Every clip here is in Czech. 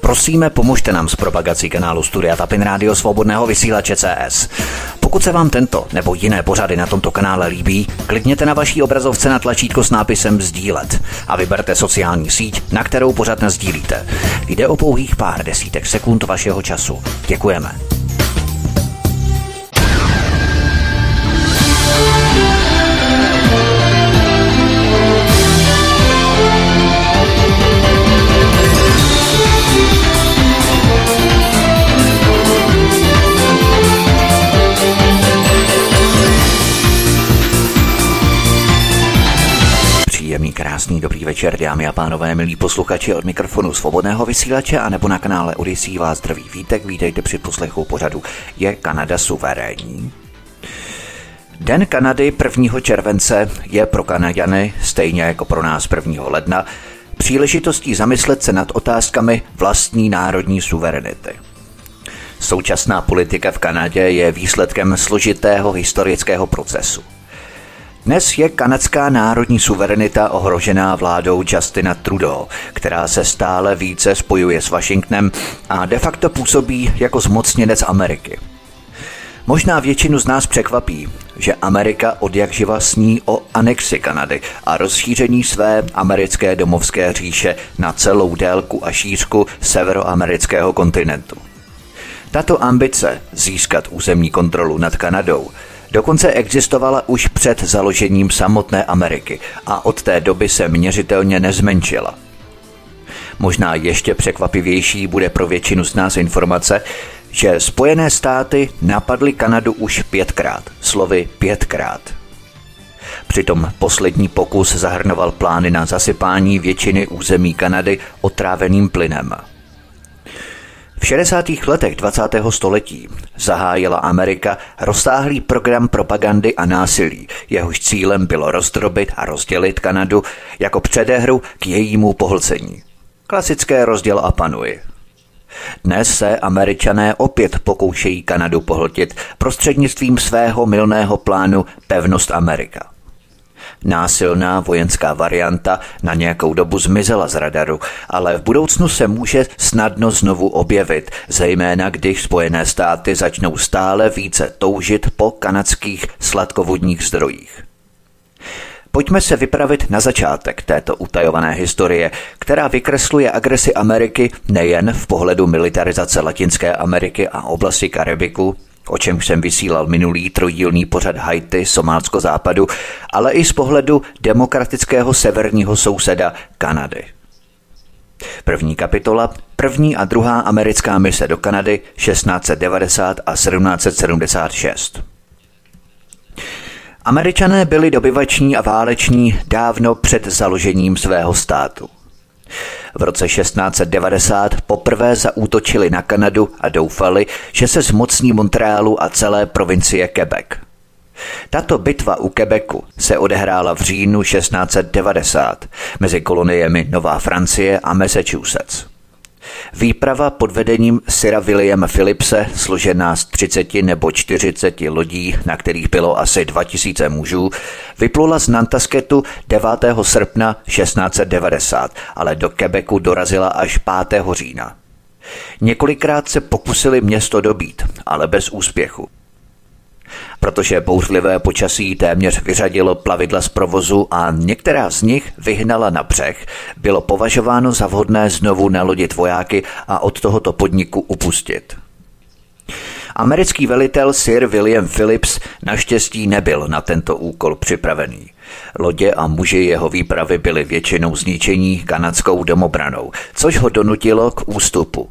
Prosíme, pomožte nám s propagací kanálu Studia Tapin Rádio Svobodného vysílače CS. Pokud se vám tento nebo jiné pořady na tomto kanále líbí, klikněte na vaší obrazovce na tlačítko s nápisem sdílet a vyberte sociální síť, na kterou pořad nasdílíte. Jde o pouhých pár desítek sekund vašeho času. Děkujeme. Příjemný, krásný, dobrý večer, dámy a pánové, milí posluchači, od mikrofonu Svobodného vysílače a nebo na kanále Odyssey vás zdraví Vítek, vítejte při poslechu pořadu Je Kanada suverénní? Den Kanady 1. července je pro Kanaďany, stejně jako pro nás 1. ledna, příležitostí zamyslet se nad otázkami vlastní národní suverenity. Současná politika v Kanadě je výsledkem složitého historického procesu. Dnes je kanadská národní suverenita ohrožená vládou Justina Trudeau, která se stále více spojuje s Washingtonem a de facto působí jako zmocněnec Ameriky. Možná většinu z nás překvapí, že Amerika odjakživa sní o anexi Kanady a rozšíření své americké domovské říše na celou délku a šířku severoamerického kontinentu. Tato ambice získat územní kontrolu nad Kanadou dokonce existovala už před založením samotné Ameriky a od té doby se měřitelně nezmenšila. Možná ještě překvapivější bude pro většinu z nás informace, že Spojené státy napadly Kanadu už 5krát, slovy 5krát. Přitom poslední pokus zahrnoval plány na zasypání většiny území Kanady otráveným plynem. V 60. letech 20. století zahájila Amerika rozsáhlý program propagandy a násilí, jehož cílem bylo rozdrobit a rozdělit Kanadu jako předehru k jejímu pohlcení. Klasické rozděl a panuj. Dnes se Američané opět pokoušejí Kanadu pohltit prostřednictvím svého mylného plánu Pevnost Amerika. Násilná vojenská varianta na nějakou dobu zmizela z radaru, ale v budoucnu se může snadno znovu objevit, zejména když Spojené státy začnou stále více toužit po kanadských sladkovodních zdrojích. Pojďme se vypravit na začátek této utajované historie, která vykresluje agresi Ameriky nejen v pohledu militarizace Latinské Ameriky a oblasti Karibiku, o čem jsem vysílal minulý trojdílný pořad Haiti, Somálsko západu, ale i z pohledu demokratického severního souseda Kanady. První kapitola, první a druhá americká mise do Kanady 1690 a 1776. Američané byli dobyvační a váleční dávno před založením svého státu. V roce 1690 poprvé zaútočili na Kanadu a doufali, že se zmocní Montrealu a celé provincie Quebec. Tato bitva u Quebecu se odehrála v říjnu 1690 mezi koloniemi Nová Francie a Massachusetts. Výprava pod vedením Sira Williama Phillipse, složená z 30 nebo 40 lodí, na kterých bylo asi 2000 mužů, vyplula z Nantasketu 9. srpna 1690, ale do Quebecu dorazila až 5. října. Několikrát se pokusili město dobít, ale bez úspěchu. Protože bouřlivé počasí téměř vyřadilo plavidla z provozu a některá z nich vyhnala na břeh, bylo považováno za vhodné znovu nalodit vojáky a od tohoto podniku upustit. Americký velitel Sir William Phillips naštěstí nebyl na tento úkol připravený. Lodě a muži jeho výpravy byli většinou zničení kanadskou domobranou, což ho donutilo k ústupu.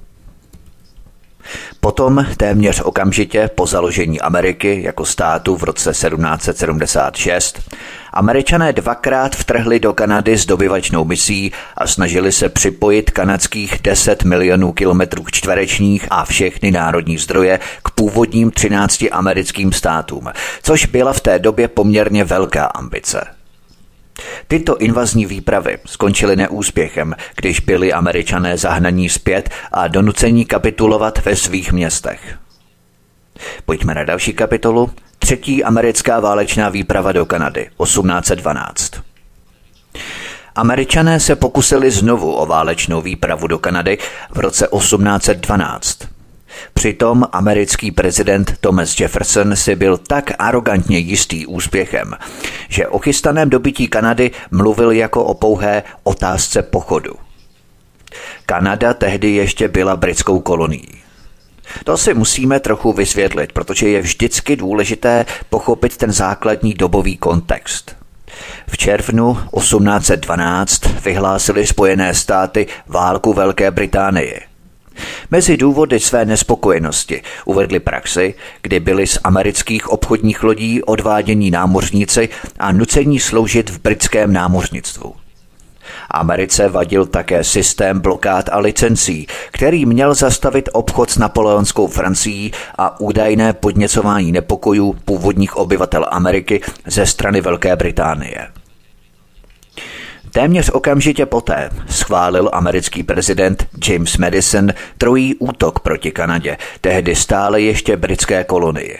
Potom téměř okamžitě po založení Ameriky jako státu v roce 1776 Američané 2krát vtrhli do Kanady s dobyvačnou misí a snažili se připojit kanadských 10 milionů kilometrů čtverečních a všechny národní zdroje k původním 13 americkým státům, což byla v té době poměrně velká ambice. Tyto invazní výpravy skončily neúspěchem, když byli Američané zahnaní zpět a donucení kapitulovat ve svých městech. Pojďme na další kapitolu. Třetí americká válečná výprava do Kanady, 1812. Američané se pokusili znovu o válečnou výpravu do Kanady v roce 1812. Přitom americký prezident Thomas Jefferson si byl tak arogantně jistý úspěchem, že o chystaném dobytí Kanady mluvil jako o pouhé otázce pochodu. Kanada tehdy ještě byla britskou kolonií. To si musíme trochu vysvětlit, protože je vždycky důležité pochopit ten základní dobový kontext. V červnu 1812 vyhlásily Spojené státy válku Velké Británii. Mezi důvody své nespokojenosti uvedli praxi, kdy byli z amerických obchodních lodí odvádění námořníci a nucení sloužit v britském námořnictvu. Americe vadil také systém blokád a licencí, který měl zastavit obchod s napoleonskou Francií a údajné podněcování nepokojů původních obyvatel Ameriky ze strany Velké Británie. Téměř okamžitě poté schválil americký prezident James Madison trojí útok proti Kanadě, tehdy stále ještě britské kolonii.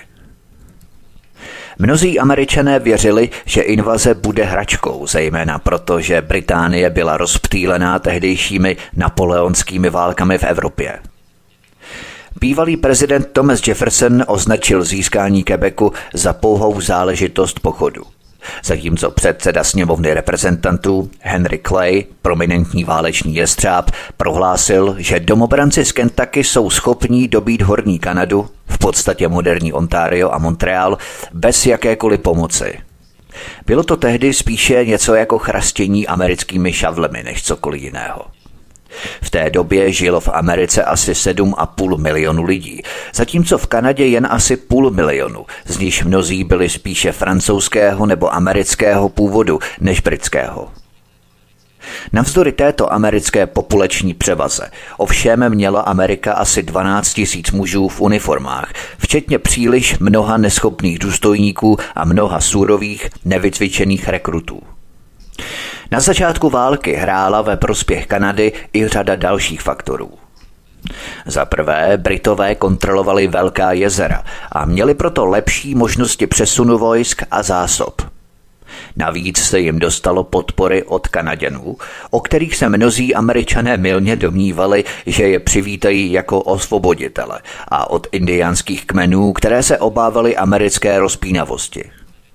Mnozí Američané věřili, že invaze bude hračkou, zejména proto, že Británie byla rozptýlená tehdejšími napoleonskými válkami v Evropě. Bývalý prezident Thomas Jefferson označil získání Quebecu za pouhou záležitost pochodu. Zatímco předseda sněmovny reprezentantů Henry Clay, prominentní válečný jestřáb, prohlásil, že domobranci z Kentucky jsou schopní dobít Horní Kanadu, v podstatě moderní Ontario a Montreal, bez jakékoliv pomoci. Bylo to tehdy spíše něco jako chrastění americkými šavlemi než cokoliv jiného. V té době žilo v Americe asi 7,5 milionu lidí, zatímco v Kanadě jen asi 0,5 milionu, z nichž mnozí byli spíše francouzského nebo amerického původu než britského. Navzdory této americké populační převaze ovšem měla Amerika asi 12 000 mužů v uniformách, včetně příliš mnoha neschopných důstojníků a mnoha surových, nevycvičených rekrutů. Na začátku války hrála ve prospěch Kanady i řada dalších faktorů. Za prvé, Britové kontrolovali velká jezera a měli proto lepší možnosti přesunu vojsk a zásob. Navíc se jim dostalo podpory od Kanaďanů, o kterých se mnozí Američané mylně domnívali, že je přivítají jako osvoboditele, a od indiánských kmenů, které se obávali americké rozpínavosti.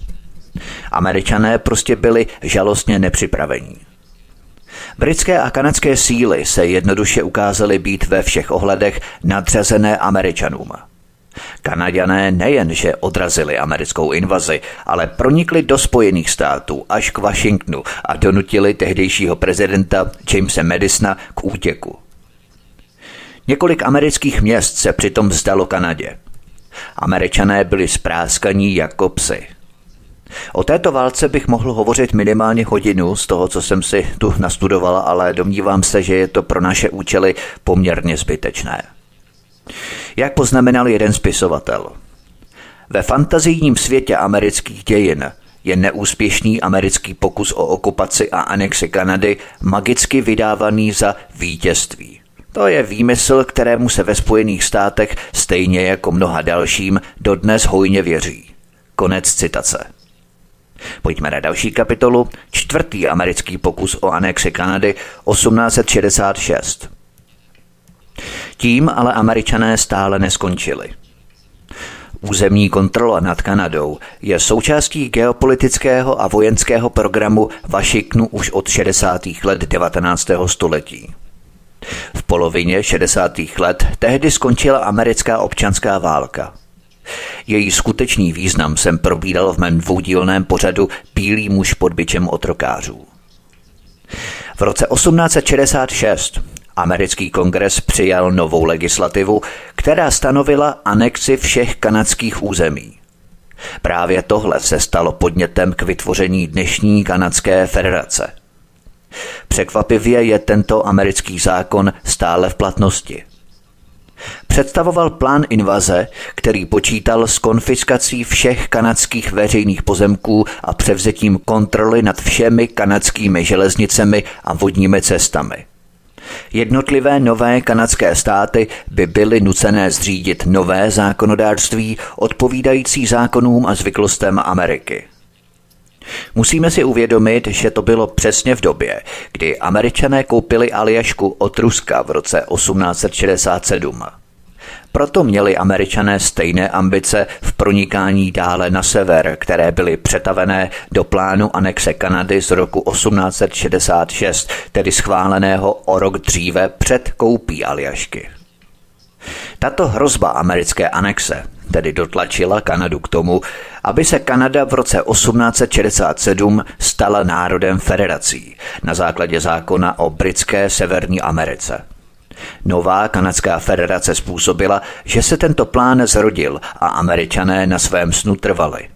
Američané prostě byli žalostně nepřipravení. Britské a kanadské síly se jednoduše ukázaly být ve všech ohledech nadřazené Američanům. Kanaďané nejenže odrazili americkou invazi, ale pronikli do Spojených států až k Washingtonu a donutili tehdejšího prezidenta Jamese Madisona k útěku. Několik amerických měst se přitom vzdalo Kanadě. Američané byli spráskaní jako psy. O této válce bych mohl hovořit minimálně hodinu z toho, co jsem si tu nastudoval, ale domnívám se, že je to pro naše účely poměrně zbytečné. Jak poznamenal jeden spisovatel, ve fantazijním světě amerických dějin je neúspěšný americký pokus o okupaci a anexi Kanady magicky vydávaný za vítězství. To je výmysl, kterému se ve Spojených státech stejně jako mnoha dalším dodnes hojně věří. Konec citace. Pojďme na další kapitolu, 4. americký pokus o anexi Kanady 1866. Tím ale Američané stále neskončili. Územní kontrola nad Kanadou je součástí geopolitického a vojenského programu Washingtonu už od 60. let 19. století. V polovině 60. let tehdy skončila americká občanská válka. Její skutečný význam jsem probíral v mém dvoudílném pořadu Bílý muž pod bičem otrokářů. V roce 1866 americký kongres přijal novou legislativu, která stanovila anexi všech kanadských území. Právě tohle se stalo podnětem k vytvoření dnešní kanadské federace. Překvapivě je tento americký zákon stále v platnosti. Představoval plán invaze, který počítal s konfiskací všech kanadských veřejných pozemků a převzetím kontroly nad všemi kanadskými železnicemi a vodními cestami. Jednotlivé nové kanadské státy by byly nucené zřídit nové zákonodárství odpovídající zákonům a zvyklostem Ameriky. Musíme si uvědomit, že to bylo přesně v době, kdy Američané koupili Aljašku od Ruska v roce 1867. Proto měli Američané stejné ambice v pronikání dále na sever, které byly přetavené do plánu anexe Kanady z roku 1866, tedy schváleného o rok dříve před koupí Aljašky. Tato hrozba americké anexe tedy dotlačila Kanadu k tomu, aby se Kanada v roce 1867 stala národem federací na základě zákona o britské Severní Americe. Nová kanadská federace způsobila, že se tento plán zrodil a Američané na svém snu trvali.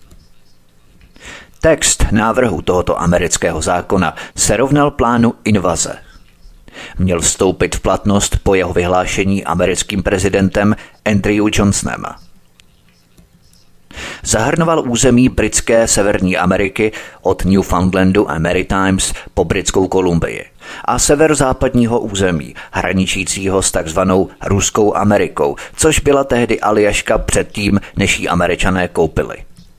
Text návrhu tohoto amerického zákona se rovnal plánu invaze. Měl vstoupit v platnost po jeho vyhlášení americkým prezidentem Andrew Johnsonem. Zahrnoval území britské Severní Ameriky od Newfoundlandu a Maritimes po Britskou Kolumbii a severozápadního území, hraničícího s takzvanou Ruskou Amerikou, což byla tehdy Aljaška předtím, než ji Američané koupili.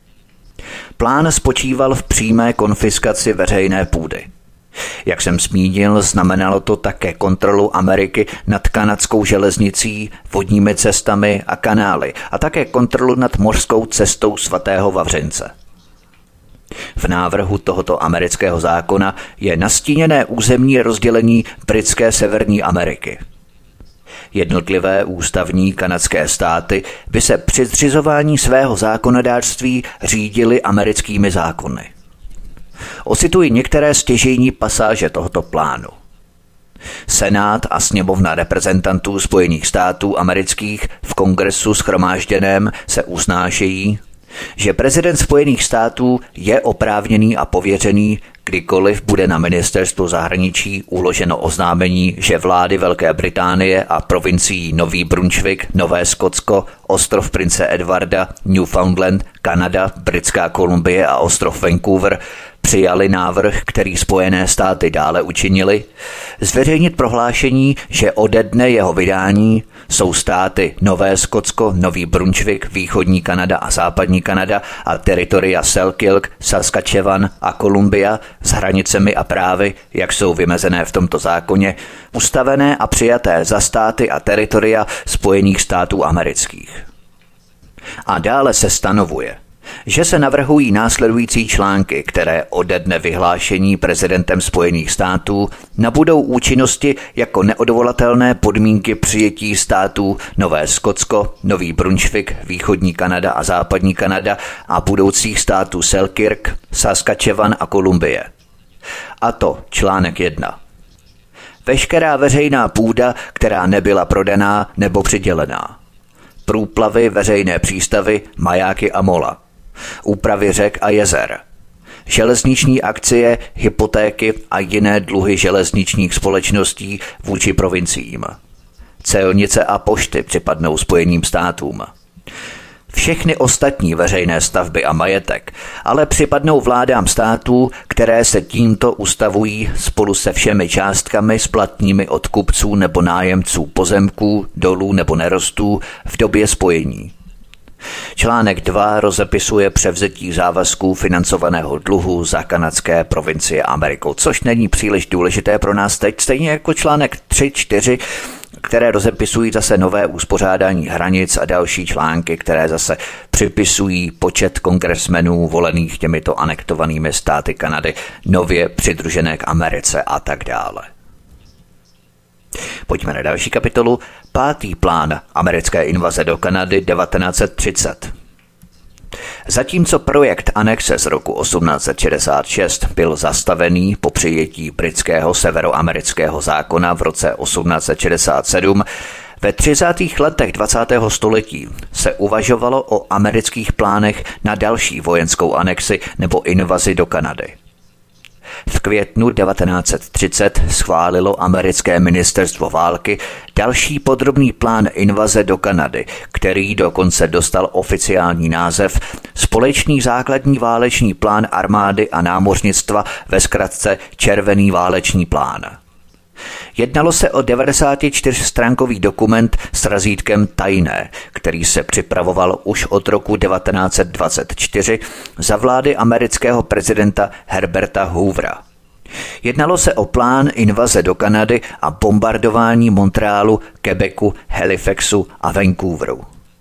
Plán spočíval v přímé konfiskaci veřejné půdy. Jak jsem zmínil, znamenalo to také kontrolu Ameriky nad kanadskou železnicí, vodními cestami a kanály a také kontrolu nad mořskou cestou svatého Vavřince. V návrhu tohoto amerického zákona je nastíněné územní rozdělení britské Severní Ameriky. Jednotlivé ústavní kanadské státy by se při zřizování svého zákonodárství řídily americkými zákony. Ocituji některé stěžejní pasáže tohoto plánu. Senát a sněmovna reprezentantů Spojených států amerických v kongresu shromážděném se usnášejí, že prezident Spojených států je oprávněný a pověřený, kdykoliv bude na ministerstvu zahraničí uloženo oznámení, že vlády Velké Británie a provincií Nový Brunswick, Nové Skotsko, ostrov Prince Edwarda, Newfoundland, Kanada, Britská Kolumbie a ostrov Vancouver přijali návrh, který Spojené státy dále učinili, zveřejnit prohlášení, že ode dne jeho vydání jsou státy Nové Skotsko, Nový Brunswick, Východní Kanada a Západní Kanada a teritoria Selkirk, Saskatchewan a Kolumbia s hranicemi a právy, jak jsou vymezené v tomto zákoně, ustavené a přijaté za státy a teritoria Spojených států amerických. A dále se stanovuje, že se navrhují následující články, které ode dne vyhlášení prezidentem Spojených států nabudou účinnosti jako neodvolatelné podmínky přijetí států Nové Skotsko, Nový Brunswick, Východní Kanada a Západní Kanada a budoucích států Selkirk, Saskatchewan a Kolumbie. A to článek 1. Veškerá veřejná půda, která nebyla prodaná nebo přidělená. Průplavy, veřejné přístavy, majáky a mola. Úpravy řek a jezer. Železniční akcie, hypotéky a jiné dluhy železničních společností vůči provinciím. Celnice a pošty připadnou Spojeným státům. Všechny ostatní veřejné stavby a majetek ale připadnou vládám států, které se tímto ustavují spolu se všemi částkami splatnými od kupců nebo nájemců pozemků, dolů nebo nerostů v době spojení. Článek 2 rozepisuje převzetí závazků financovaného dluhu za kanadské provincie Amerikou, což není příliš důležité pro nás teď, stejně jako článek 3, 4, které rozepisují zase nové uspořádání hranic a další články, které zase připisují počet kongresmenů volených těmito anektovanými státy Kanady, nově přidružené k Americe a tak dále. Pojďme na další kapitolu. 5. plán americké invaze do Kanady 1930. Zatímco projekt anexe z roku 1866 byl zastavený po přijetí britského severoamerického zákona v roce 1867, ve 30. letech 20. století se uvažovalo o amerických plánech na další vojenskou anexi nebo invazi do Kanady. V květnu 1930 schválilo americké ministerstvo války další podrobný plán invaze do Kanady, který dokonce dostal oficiální název Společný základní válečný plán armády a námořnictva, ve zkratce Červený válečný plán. Jednalo se o 94stránkový dokument s razítkem tajné, který se připravoval už od roku 1924 za vlády amerického prezidenta Herberta Hoovera. Jednalo se o plán invaze do Kanady a bombardování Montrealu, Quebecu, Halifaxu a Vancouveru.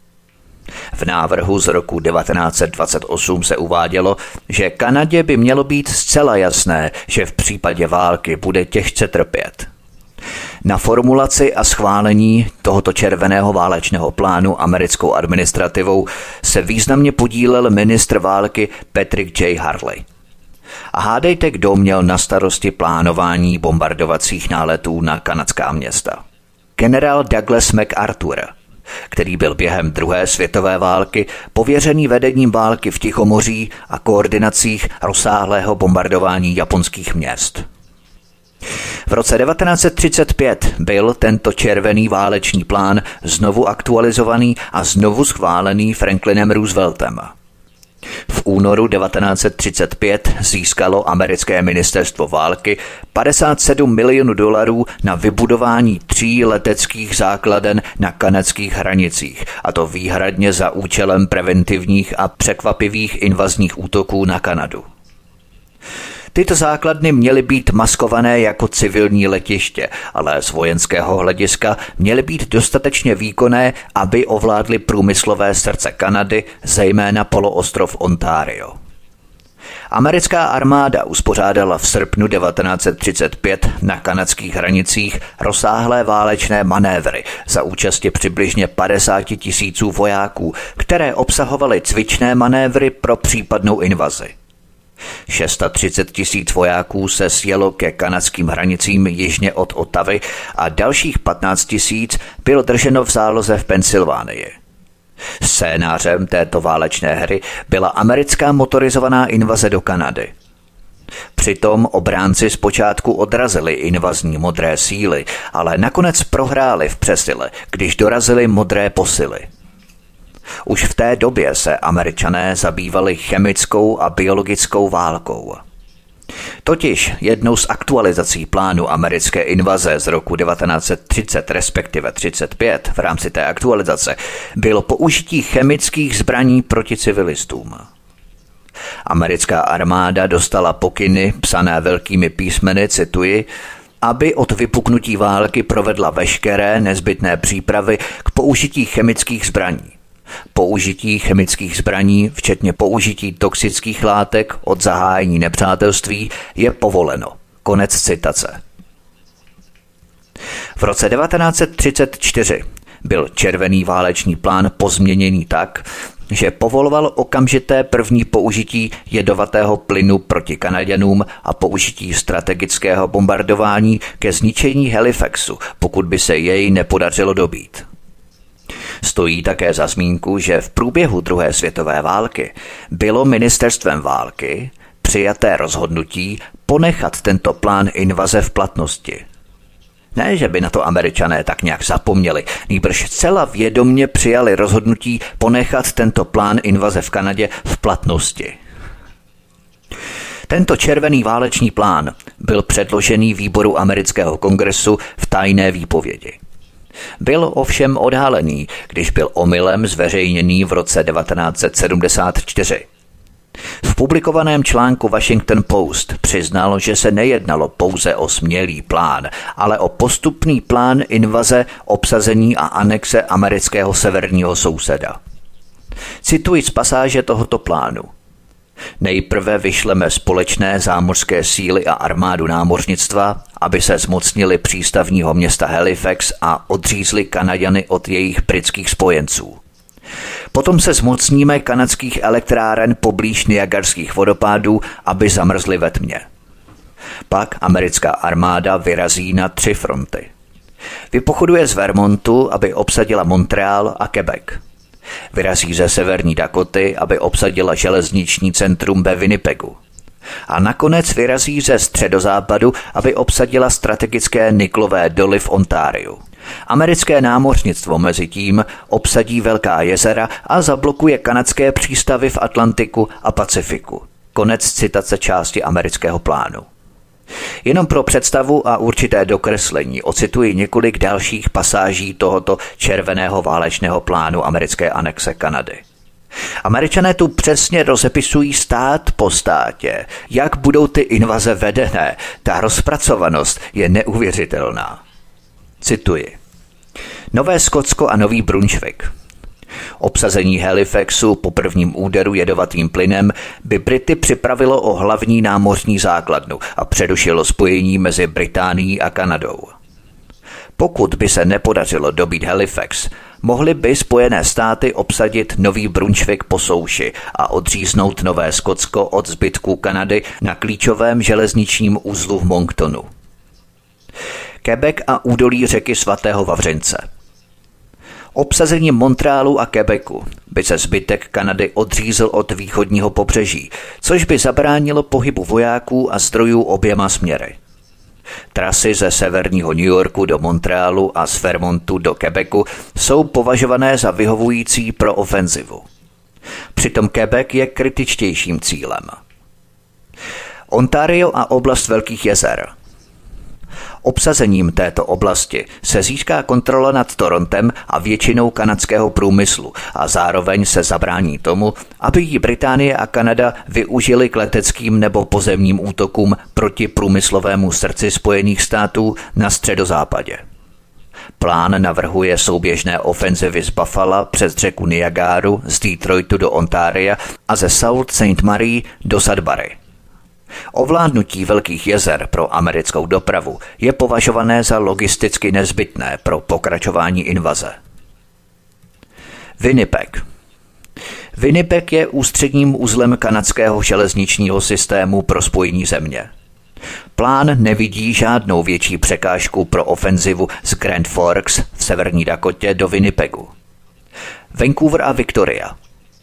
V návrhu z roku 1928 se uvádělo, že Kanadě by mělo být zcela jasné, že v případě války bude těžce trpět. Na formulaci a schválení tohoto červeného válečného plánu americkou administrativou se významně podílel ministr války Patrick J. Harley. A hádejte, kdo měl na starosti plánování bombardovacích náletů na kanadská města. Generál Douglas MacArthur, který byl během druhé světové války pověřený vedením války v Tichomoří a koordinacích rozsáhlého bombardování japonských měst. V roce 1935 byl tento červený válečný plán znovu aktualizovaný a znovu schválený Franklinem Rooseveltem. V únoru 1935 získalo americké ministerstvo války $57 milionů na vybudování 3 leteckých základen na kanadských hranicích, a to výhradně za účelem preventivních a překvapivých invazních útoků na Kanadu. Tyto základny měly být maskované jako civilní letiště, ale z vojenského hlediska měly být dostatečně výkonné, aby ovládly průmyslové srdce Kanady, zejména poloostrov Ontario. Americká armáda uspořádala v srpnu 1935 na kanadských hranicích rozsáhlé válečné manévry za účasti přibližně 50 000 vojáků, které obsahovaly cvičné manévry pro případnou invazi. 630 000 vojáků se sjelo ke kanadským hranicím jižně od Ottavy a dalších 15 000 bylo drženo v záloze v Pensylvánii. Scénářem této válečné hry byla americká motorizovaná invaze do Kanady. Přitom obránci zpočátku odrazili invazní modré síly, ale nakonec prohráli v přesile, když dorazily modré posily. Už v té době se Američané zabývali chemickou a biologickou válkou. Totiž jednou z aktualizací plánu americké invaze z roku 1930 respektive 35 v rámci té aktualizace bylo použití chemických zbraní proti civilistům. Americká armáda dostala pokyny psané velkými písmeny, cituji, aby od vypuknutí války provedla veškeré nezbytné přípravy k použití chemických zbraní. Použití chemických zbraní, včetně použití toxických látek od zahájení nepřátelství, je povoleno. Konec citace. V roce 1934 byl červený válečný plán pozměněný tak, že povoloval okamžité první použití jedovatého plynu proti Kanaďanům a použití strategického bombardování ke zničení Halifaxu, pokud by se jej nepodařilo dobít. Stojí také za zmínku, že v průběhu druhé světové války bylo ministerstvem války přijaté rozhodnutí ponechat tento plán invaze v platnosti. Ne, že by na to Američané tak nějak zapomněli, nýbrž zcela vědomě přijali rozhodnutí ponechat tento plán invaze v Kanadě v platnosti. Tento červený válečný plán byl předložený výboru amerického kongresu v tajné výpovědi. Byl ovšem odhalený, když byl omylem zveřejněný v roce 1974. V publikovaném článku Washington Post přiznal, že se nejednalo pouze o smělý plán, ale o postupný plán invaze, obsazení a anexe amerického severního souseda. Cituji z pasáže tohoto plánu. Nejprve vyšleme společné zámořské síly a armádu námořnictva, aby se zmocnili přístavního města Halifax a odřízli Kanaďany od jejich britských spojenců. Potom se zmocníme kanadských elektráren poblíž Niagarských vodopádů, aby zamrzly ve tmě. Pak americká armáda vyrazí na 3 fronty. Vypochoduje z Vermontu, aby obsadila Montreal a Quebec. Vyrazí ze severní Dakoty, aby obsadila železniční centrum ve Winnipegu. A nakonec vyrazí ze středozápadu, aby obsadila strategické niklové doly v Ontáriu. Americké námořnictvo mezi tím obsadí Velká jezera a zablokuje kanadské přístavy v Atlantiku a Pacifiku. Konec citace části amerického plánu. Jenom pro představu a určité dokreslení ocituji několik dalších pasáží tohoto červeného válečného plánu americké anexe Kanady. Američané tu přesně rozepisují stát po státě, jak budou ty invaze vedené. Ta rozpracovanost je neuvěřitelná. Cituji. Nové Skotsko a Nový Brunswick. Obsazení Halifaxu po prvním úderu jedovatým plynem by Brity připravilo o hlavní námořní základnu a přerušilo spojení mezi Británií a Kanadou. Pokud by se nepodařilo dobít Halifax, mohly by Spojené státy obsadit Nový Brunswick po souši a odříznout Nové Skotsko od zbytků Kanady na klíčovém železničním uzlu v Monktonu. Quebec a údolí řeky svatého Vavřince. Obsazením Montrealu a Quebecu by se zbytek Kanady odřízl od východního pobřeží, což by zabránilo pohybu vojáků a zdrojů oběma směry. Trasy ze severního New Yorku do Montrealu a z Vermontu do Quebecu jsou považované za vyhovující pro ofenzivu. Přitom Quebec je kritičtějším cílem. Ontario a oblast Velkých jezer. Obsazením této oblasti se získá kontrola nad Torontem a většinou kanadského průmyslu a zároveň se zabrání tomu, aby ji Británie a Kanada využili k leteckým nebo pozemním útokům proti průmyslovému srdci Spojených států na středozápadě. Plán navrhuje souběžné ofenzivy z Buffalo přes řeku Niagaru, z Detroitu do Ontaria a ze Sault Ste. Marie do Sudbury. Ovládnutí Velkých jezer pro americkou dopravu je považované za logisticky nezbytné pro pokračování invaze. Winnipeg. Winnipeg je ústředním uzlem kanadského železničního systému pro spojení země. Plán nevidí žádnou větší překážku pro ofenzivu z Grand Forks v severní Dakotě do Winnipegu. Vancouver a Victoria.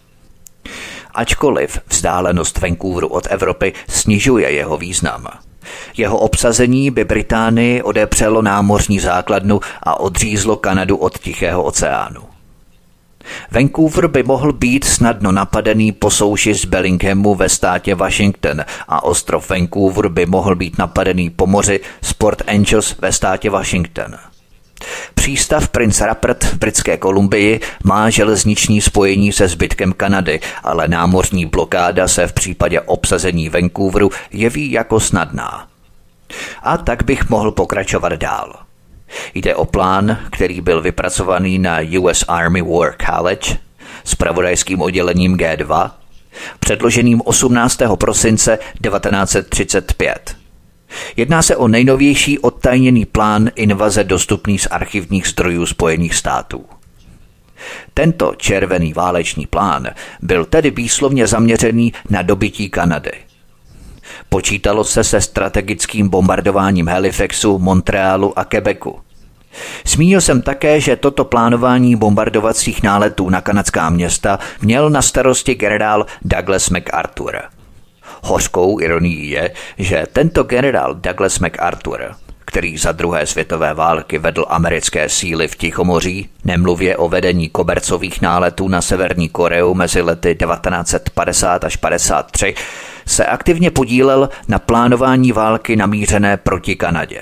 Ačkoliv vzdálenost Vancouveru od Evropy snižuje jeho význam. Jeho obsazení by Británii odepřelo námořní základnu a odřízlo Kanadu od Tichého oceánu. Vancouver by mohl být snadno napadený po souši z Bellinghamu ve státě Washington a ostrov Vancouver by mohl být napadený po moři z Port Angeles ve státě Washington. Přístav Prince Rupert v Britské Kolumbii má železniční spojení se zbytkem Kanady, ale námořní blokáda se v případě obsazení Vancouveru jeví jako snadná. A tak bych mohl pokračovat dál. Jde o plán, který byl vypracovaný na US Army War College s zpravodajským oddělením G2, předloženým 18. prosince 1935. Jedná se o nejnovější odtajněný plán invaze dostupný z archivních zdrojů Spojených států. Tento červený válečný plán byl tedy výslovně zaměřený na dobytí Kanady. Počítalo se strategickým bombardováním Halifaxu, Montrealu a Quebecu. Zmínil jsem také, že toto plánování bombardovacích náletů na kanadská města měl na starosti generál Douglas MacArthur. Hořkou ironií je, že tento generál Douglas MacArthur, který za druhé světové války vedl americké síly v Tichomoří, nemluvě o vedení kobercových náletů na Severní Koreu mezi lety 1950 až 1953, se aktivně podílel na plánování války namířené proti Kanadě.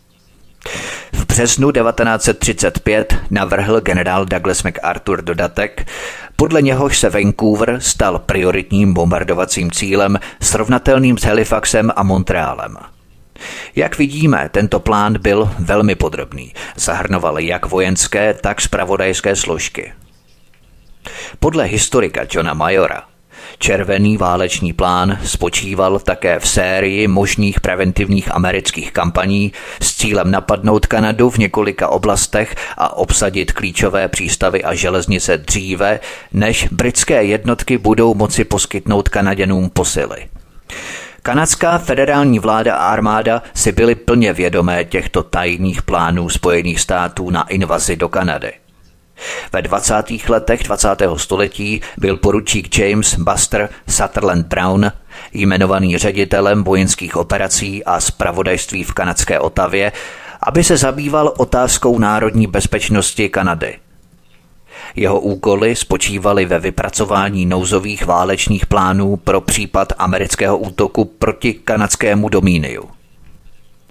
V březnu 1935 navrhl generál Douglas MacArthur dodatek, podle něhož se Vancouver stal prioritním bombardovacím cílem srovnatelným s Halifaxem a Montrealem. Jak vidíme, tento plán byl velmi podrobný, zahrnoval jak vojenské, tak zpravodajské složky. Podle historika Johna Mayora červený válečný plán spočíval také v sérii možných preventivních amerických kampaní s cílem napadnout Kanadu v několika oblastech a obsadit klíčové přístavy a železnice dříve, než britské jednotky budou moci poskytnout Kanaděnům posily. Kanadská federální vláda a armáda si byly plně vědomé těchto tajných plánů Spojených států na invazi do Kanady. Ve 20. letech 20. století byl poručík James Buster Sutherland Brown jmenovaný ředitelem vojenských operací a zpravodajství v kanadské Ottawě, aby se zabýval otázkou národní bezpečnosti Kanady. Jeho úkoly spočívaly ve vypracování nouzových válečných plánů pro případ amerického útoku proti kanadskému domíniu.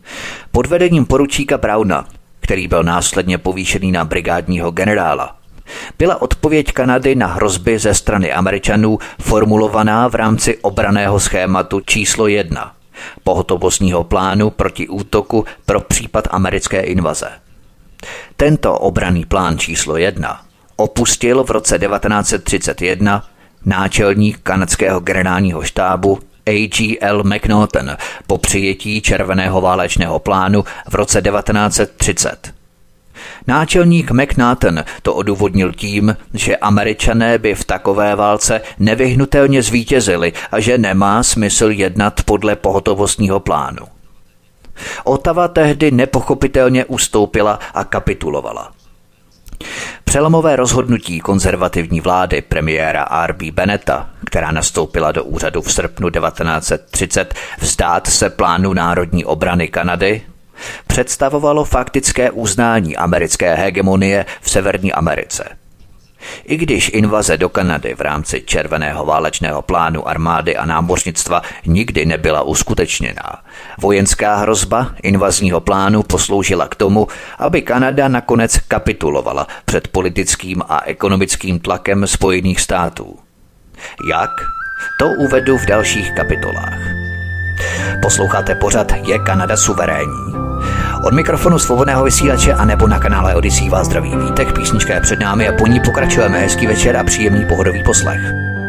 Pod vedením poručíka Browna, který byl následně povýšený na brigádního generála, byla odpověď Kanady na hrozby ze strany Američanů formulovaná v rámci obranného schématu číslo 1, pohotovostního plánu proti útoku pro případ americké invaze. Tento obranný plán číslo 1 opustil v roce 1931 náčelník kanadského generálního štábu A.G.L. McNaughton po přijetí červeného válečného plánu v roce 1930. Náčelník McNaughton to odůvodnil tím, že Američané by v takové válce nevyhnutelně zvítězili a že nemá smysl jednat podle pohotovostního plánu. Ottawa tehdy nepochopitelně ustoupila a kapitulovala. Přelomové rozhodnutí konzervativní vlády premiéra R.B. Bennetta, která nastoupila do úřadu v srpnu 1930, vzdát se plánu národní obrany Kanady, představovalo faktické uznání americké hegemonie v Severní Americe. I když invaze do Kanady v rámci červeného válečného plánu armády a námořnictva nikdy nebyla uskutečněná, vojenská hrozba invazního plánu posloužila k tomu, aby Kanada nakonec kapitulovala před politickým a ekonomickým tlakem Spojených států. Jak? To uvedu v dalších kapitolách. Posloucháte pořad Je Kanada suverénní? Od mikrofonu Svobodného vysílače a nebo na kanále Odyssey vás zdraví Vítek, písnička je před námi a po ní pokračujeme. Hezký večer a příjemný pohodový poslech.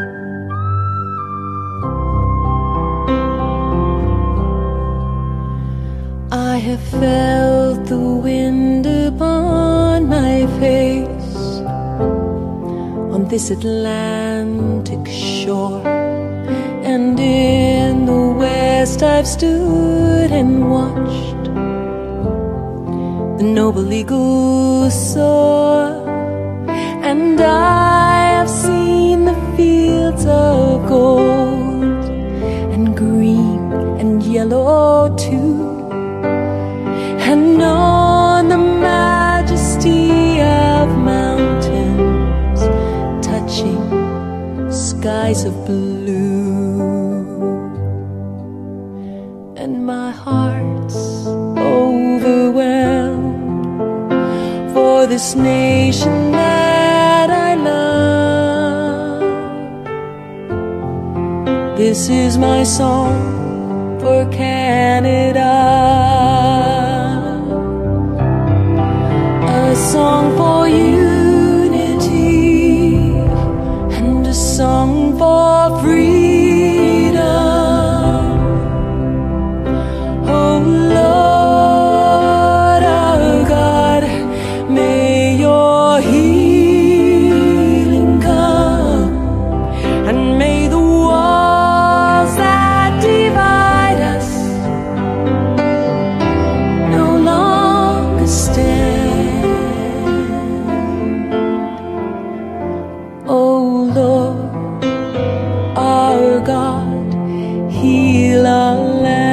I have felt the wind upon my face on this Atlantic shore, and in the west I've stood and watched the noble eagle soar, and I have seen the fields of gold and green and yellow too, and known the majesty of mountains touching skies of blue, and my heart's overwhelmed for this nation that I love. This is my song for Canada, a song for unity and a song for freedom. Oh Lord our God, may your healing come, and may the walls that divide us no longer stand. Oh Lord our God, heal our land.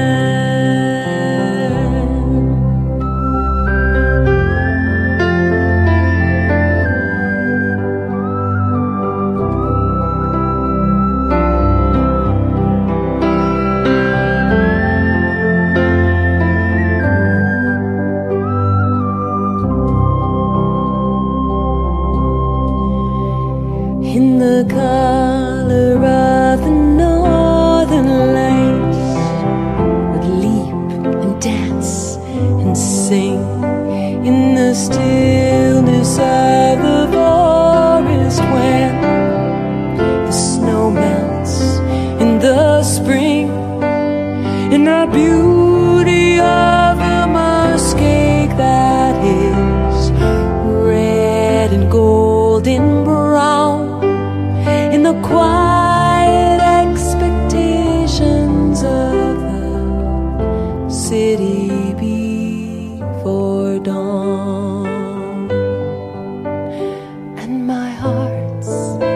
In the color of the northern lights, would leap and dance and sing in the stillness of the forest when the snow melts in the spring, in the beauty of the muskeg that is red and golden brown, in the quiet expectations of the city before dawn, and my heart's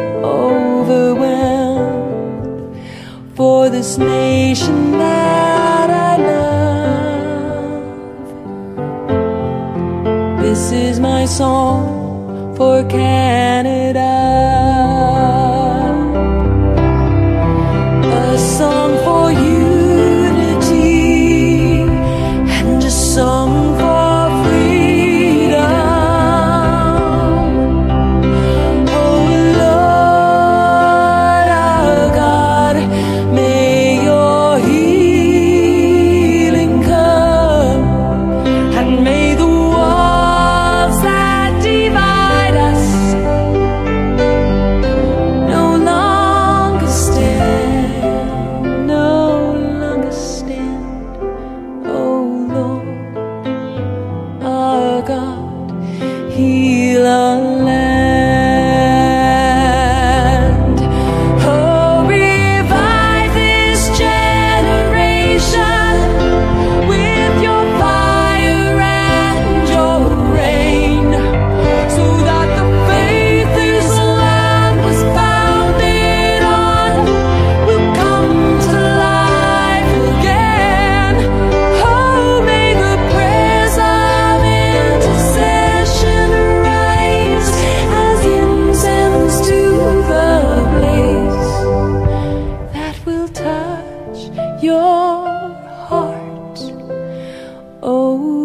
overwhelmed for this nation that I love. This is my song for Canada, a song for unity heal our land. Oh, revive this generation with your fire and your rain, so that the faith this land was founded on will come to life again. Oh, may the prayers of intercession rise as incense to the blaze that will touch your heart, oh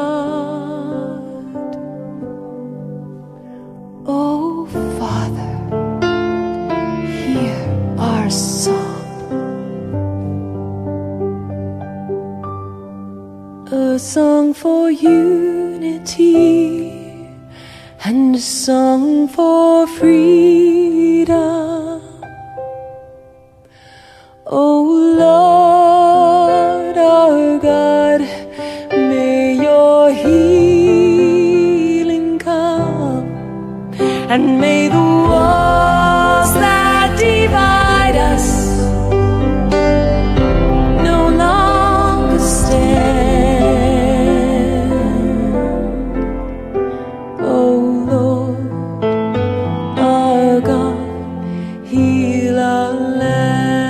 God. Oh Father, hear our song, a song for unity and a song for freedom. Oh Lord our God, may your healing come, and may the walls that divide us no longer stand. Oh Lord our God, heal our land.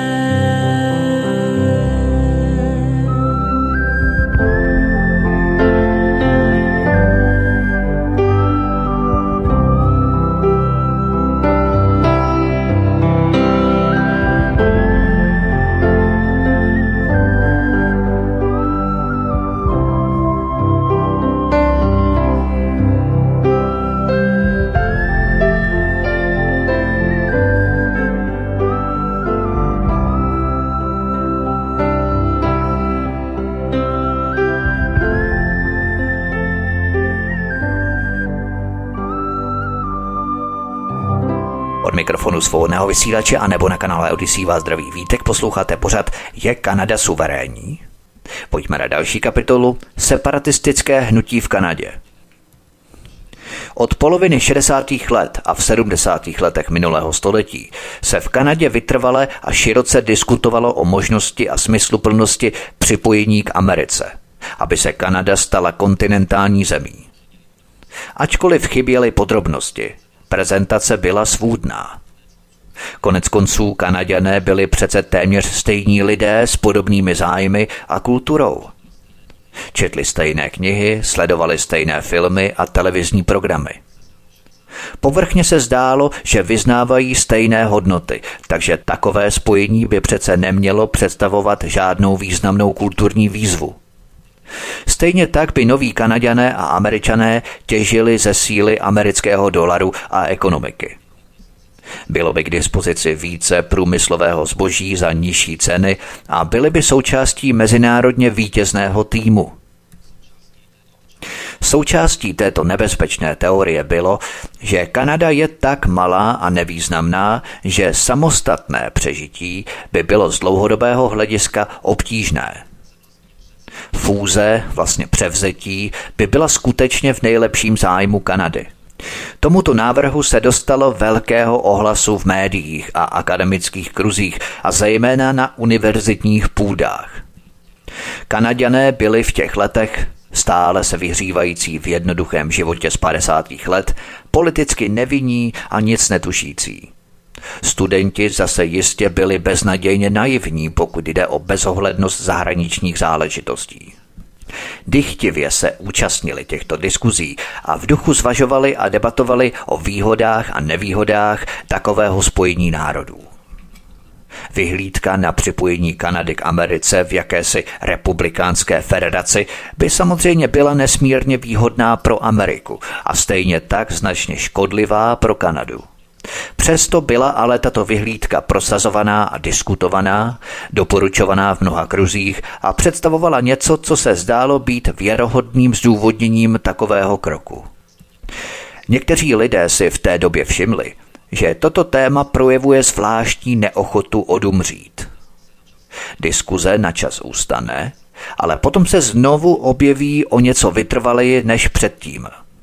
Od mikrofonu svobodného vysílače a nebo na kanále Odyssey vás zdraví Vítek, posloucháte pořad Je Kanada suverénní? Pojďme na další kapitolu Separatistické hnutí v Kanadě. Od poloviny 60. let a v 70. letech minulého století se v Kanadě vytrvale a široce diskutovalo o možnosti a smysluplnosti připojení k Americe, aby se Kanada stala kontinentální zemí. Ačkoliv chyběly podrobnosti, prezentace byla svůdná. Koneckonců Kanaďané byli přece téměř stejní lidé s podobnými zájmy a kulturou. Četli stejné knihy, sledovali stejné filmy a televizní programy. Povrchně se zdálo, že vyznávají stejné hodnoty, takže takové spojení by přece nemělo představovat žádnou významnou kulturní výzvu. Stejně tak by noví Kanaďané a Američané těžili ze síly amerického dolaru a ekonomiky. Bylo by k dispozici více průmyslového zboží za nižší ceny a byly by součástí mezinárodně vítězného týmu. Součástí této nebezpečné teorie bylo, že Kanada je tak malá a nevýznamná, že samostatné přežití by bylo z dlouhodobého hlediska obtížné. Fúze, vlastně převzetí, by byla skutečně v nejlepším zájmu Kanady. Tomuto návrhu se dostalo velkého ohlasu v médiích a akademických kruzích a zejména na univerzitních půdách. Kanaďané byli v těch letech, stále se vyhřívající v jednoduchém životě z 50. let, politicky nevinní a nic netušící. Studenti zase jistě byli beznadějně naivní, pokud jde o bezohlednost zahraničních záležitostí. Dychtivě se účastnili těchto diskuzí a v duchu zvažovali a debatovali o výhodách a nevýhodách takového spojení národů. Vyhlídka na připojení Kanady k Americe v jakési republikánské federaci by samozřejmě byla nesmírně výhodná pro Ameriku a stejně tak značně škodlivá pro Kanadu. Přesto byla ale tato vyhlídka prosazovaná a diskutovaná, doporučovaná v mnoha kruzích a představovala něco, co se zdálo být věrohodným zdůvodněním takového kroku. Někteří lidé si v té době všimli, že toto téma projevuje zvláštní neochotu odumřít. Diskuze načas ustane, ale potom se znovu objeví o něco vytrvaleji než předtím.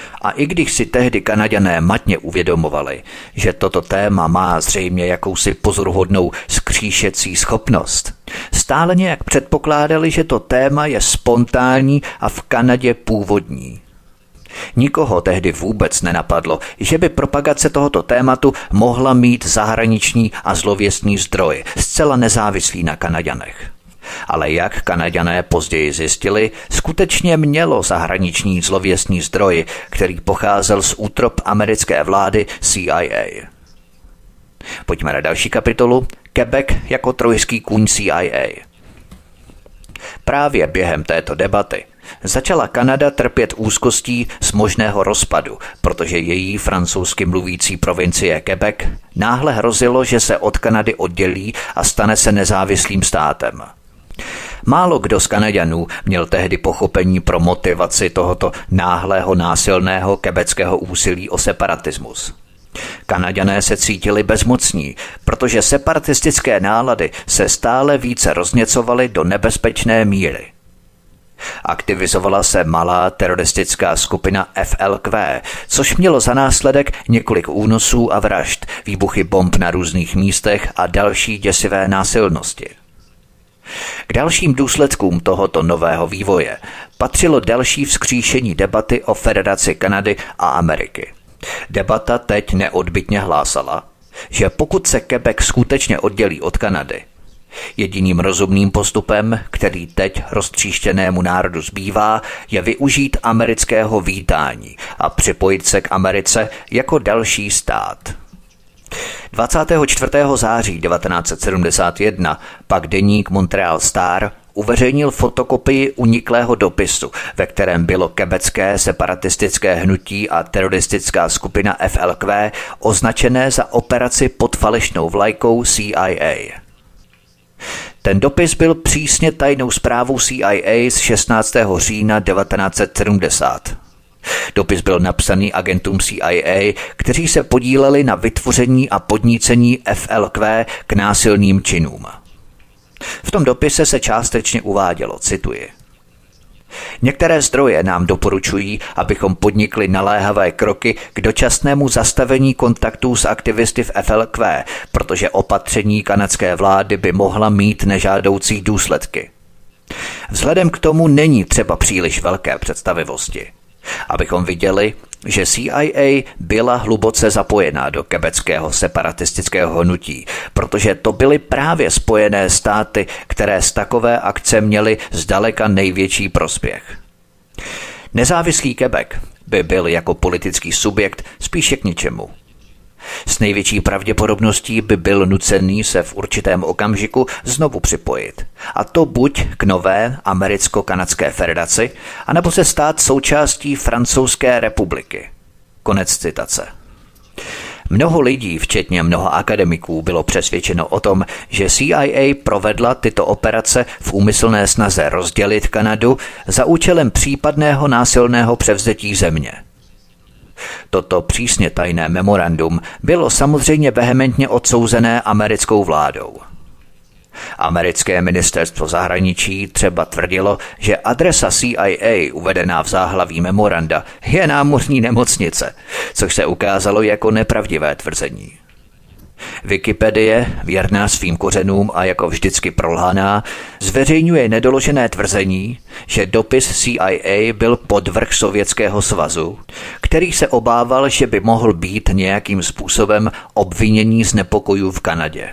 A i když si tehdy Kanaďané matně uvědomovali, že toto téma má zřejmě jakousi pozoruhodnou skříšecí schopnost, stále nějak předpokládali, že to téma je spontánní a v Kanadě původní. Nikoho tehdy vůbec nenapadlo, že by propagace tohoto tématu mohla mít zahraniční a zlověstný zdroj, zcela nezávislý na Kanaďanech. Ale jak Kanaďané později zjistili, skutečně mělo zahraniční zlověstný zdroj, který pocházel z útrop americké vlády CIA. Pojďme na další kapitolu. Quebec jako trojský kůň CIA. Právě během této debaty začala Kanada trpět úzkostí z možného rozpadu, protože její francouzsky mluvící provincie Quebec náhle hrozilo, že se od Kanady oddělí a stane se nezávislým státem. Málo kdo z Kanaďanů měl tehdy pochopení pro motivaci tohoto náhlého násilného quebeckého úsilí o separatismus. Kanaďané se cítili bezmocní, protože separatistické nálady se stále více rozněcovaly do nebezpečné míry. Aktivizovala se malá teroristická skupina FLQ, což mělo za následek několik únosů a vražd, výbuchy bomb na různých místech a další děsivé násilnosti. K dalším důsledkům tohoto nového vývoje patřilo další vzkříšení debaty o federaci Kanady a Ameriky. Debata teď neodbytně hlásala, že pokud se Quebec skutečně oddělí od Kanady, jediným rozumným postupem, který teď roztříštěnému národu zbývá, je využít amerického vítání a připojit se k Americe jako další stát. 24. září 1971 pak deník Montreal Star uveřejnil fotokopii uniklého dopisu, ve kterém bylo quebecké separatistické hnutí a teroristická skupina FLQ označené za operaci pod falešnou vlajkou CIA. Ten dopis byl přísně tajnou zprávou CIA z 16. října 1970. Dopis byl napsaný agentům CIA, kteří se podíleli na vytvoření a podnícení FLQ k násilným činům. V tom dopise se částečně uvádělo, cituji: Některé zdroje nám doporučují, abychom podnikli naléhavé kroky k dočasnému zastavení kontaktů s aktivisty v FLQ, protože opatření kanadské vlády by mohla mít nežádoucí důsledky. Vzhledem k tomu není třeba příliš velké představivosti, abychom viděli, že CIA byla hluboce zapojená do quebeckého separatistického hnutí, protože to byly právě Spojené státy, které z takové akce měly zdaleka největší prospěch. Nezávislý Quebec by byl jako politický subjekt spíše k ničemu. S největší pravděpodobností by byl nucený se v určitém okamžiku znovu připojit. A to buď k nové americko-kanadské federaci, anebo se stát součástí Francouzské republiky. Konec citace. Mnoho lidí, včetně mnoha akademiků, bylo přesvědčeno o tom, že CIA provedla tyto operace v úmyslné snaze rozdělit Kanadu za účelem případného násilného převzetí země. Toto přísně tajné memorandum bylo samozřejmě vehementně odsouzené americkou vládou. Americké ministerstvo zahraničí třeba tvrdilo, že adresa CIA uvedená v záhlaví memoranda je námořní nemocnice, což se ukázalo jako nepravdivé tvrzení. Wikipedie, věrná svým kořenům a jako vždycky prolhaná, zveřejňuje nedoložené tvrzení, že dopis CIA byl podvrh Sovětského svazu, který se obával, že by mohl být nějakým způsobem obvinění z nepokojů v Kanadě.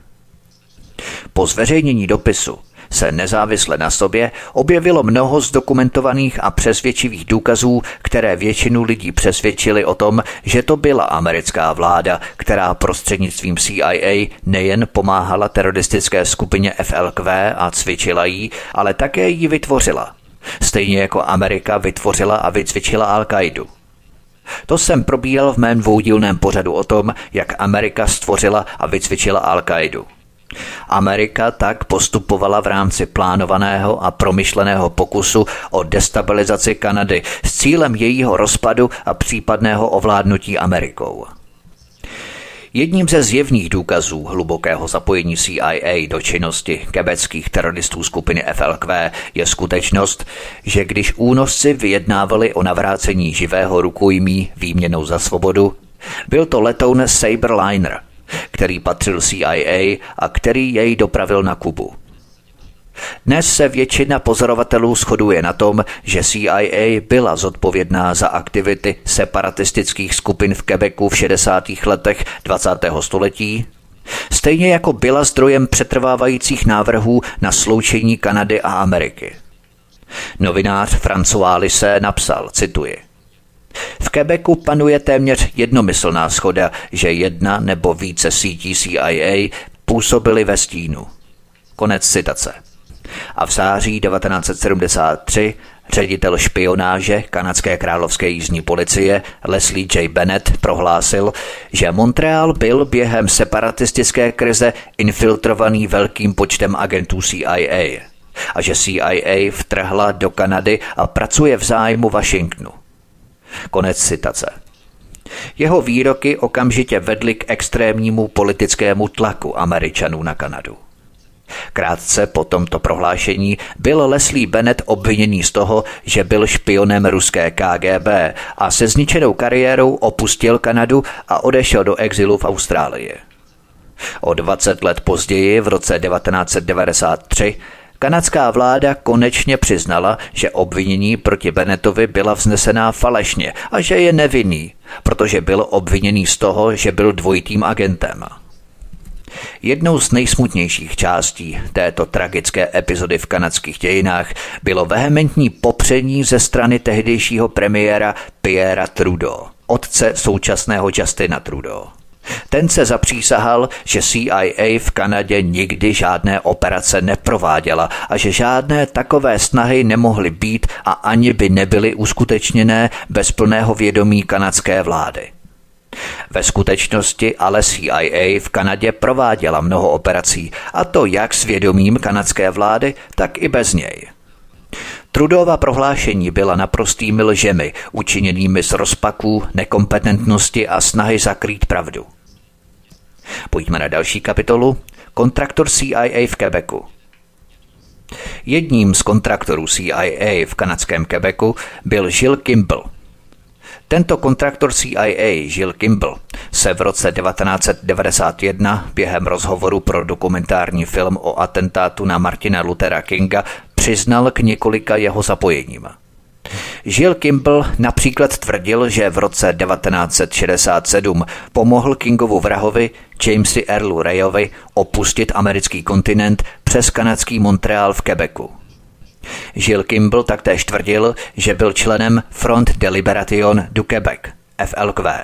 Po zveřejnění dopisu se nezávisle na sobě objevilo mnoho zdokumentovaných a přesvědčivých důkazů, které většinu lidí přesvědčili o tom, že to byla americká vláda, která prostřednictvím CIA nejen pomáhala teroristické skupině FLQ a cvičila ji, ale také ji vytvořila. Stejně jako Amerika vytvořila a vycvičila Al-Kaidu. To jsem probíral v mém dvoudílném pořadu o tom, jak Amerika stvořila a vycvičila Al-Kaidu. Amerika tak postupovala v rámci plánovaného a promyšleného pokusu o destabilizaci Kanady s cílem jejího rozpadu a případného ovládnutí Amerikou. Jedním ze zjevných důkazů hlubokého zapojení CIA do činnosti quebeckých teroristů skupiny FLQ je skutečnost, že když únosci vyjednávali o navrácení živého rukojmí výměnou za svobodu, byl to letoun Saberliner, který patřil CIA a který jej dopravil na Kubu. Dnes se většina pozorovatelů shoduje na tom, že CIA byla zodpovědná za aktivity separatistických skupin v Quebecu v 60. letech 20. století, stejně jako byla zdrojem přetrvávajících návrhů na sloučení Kanady a Ameriky. Novinář François Lise napsal, cituji: v Quebecu panuje téměř jednomyslná shoda, že jedna nebo více sítí CIA působily ve stínu. Konec citace. A v září 1973 ředitel špionáže kanadské královské jízdní policie Leslie J. Bennett prohlásil, že Montreal byl během separatistické krize infiltrovaný velkým počtem agentů CIA a že CIA vtrhla do Kanady a pracuje v zájmu Washingtonu. Konec citace. Jeho výroky okamžitě vedly k extrémnímu politickému tlaku Američanů na Kanadu. Krátce po tomto prohlášení byl Leslie Bennett obviněný z toho, že byl špionem ruské KGB a se zničenou kariérou opustil Kanadu a odešel do exilu v Austrálii. O 20 let později, v roce 1993, kanadská vláda konečně přiznala, že obvinění proti Bennettovi byla vznesená falešně a že je nevinný, protože byl obviněný z toho, že byl dvojitým agentem. Jednou z nejsmutnějších částí této tragické epizody v kanadských dějinách bylo vehementní popření ze strany tehdejšího premiéra Pierra Trudeau, otce současného Justina Trudeau. Ten se zapřísahal, že CIA v Kanadě nikdy žádné operace neprováděla a že žádné takové snahy nemohly být a ani by nebyly uskutečněné bez plného vědomí kanadské vlády. Ve skutečnosti ale CIA v Kanadě prováděla mnoho operací, a to jak s vědomím kanadské vlády, tak i bez něj. Trudeauova prohlášení byla naprostými lžemi, učiněnými z rozpaků, nekompetentnosti a snahy zakrýt pravdu. Pojďme na další kapitolu. Kontraktor CIA v Quebecu. Jedním z kontraktorů CIA v kanadském Quebecu byl Jill Kimball. Tento kontraktor CIA, Jill Kimball, se v roce 1991 během rozhovoru pro dokumentární film o atentátu na Martina Luthera Kinga přiznal k několika jeho zapojením. Jill Kimball například tvrdil, že v roce 1967 pomohl Kingovu vrahovi Jamesi Earlu Rayovi opustit americký kontinent přes kanadský Montreal v Quebecu. Jill Kimball taktéž tvrdil, že byl členem Front de Libération du Québec, FLQ.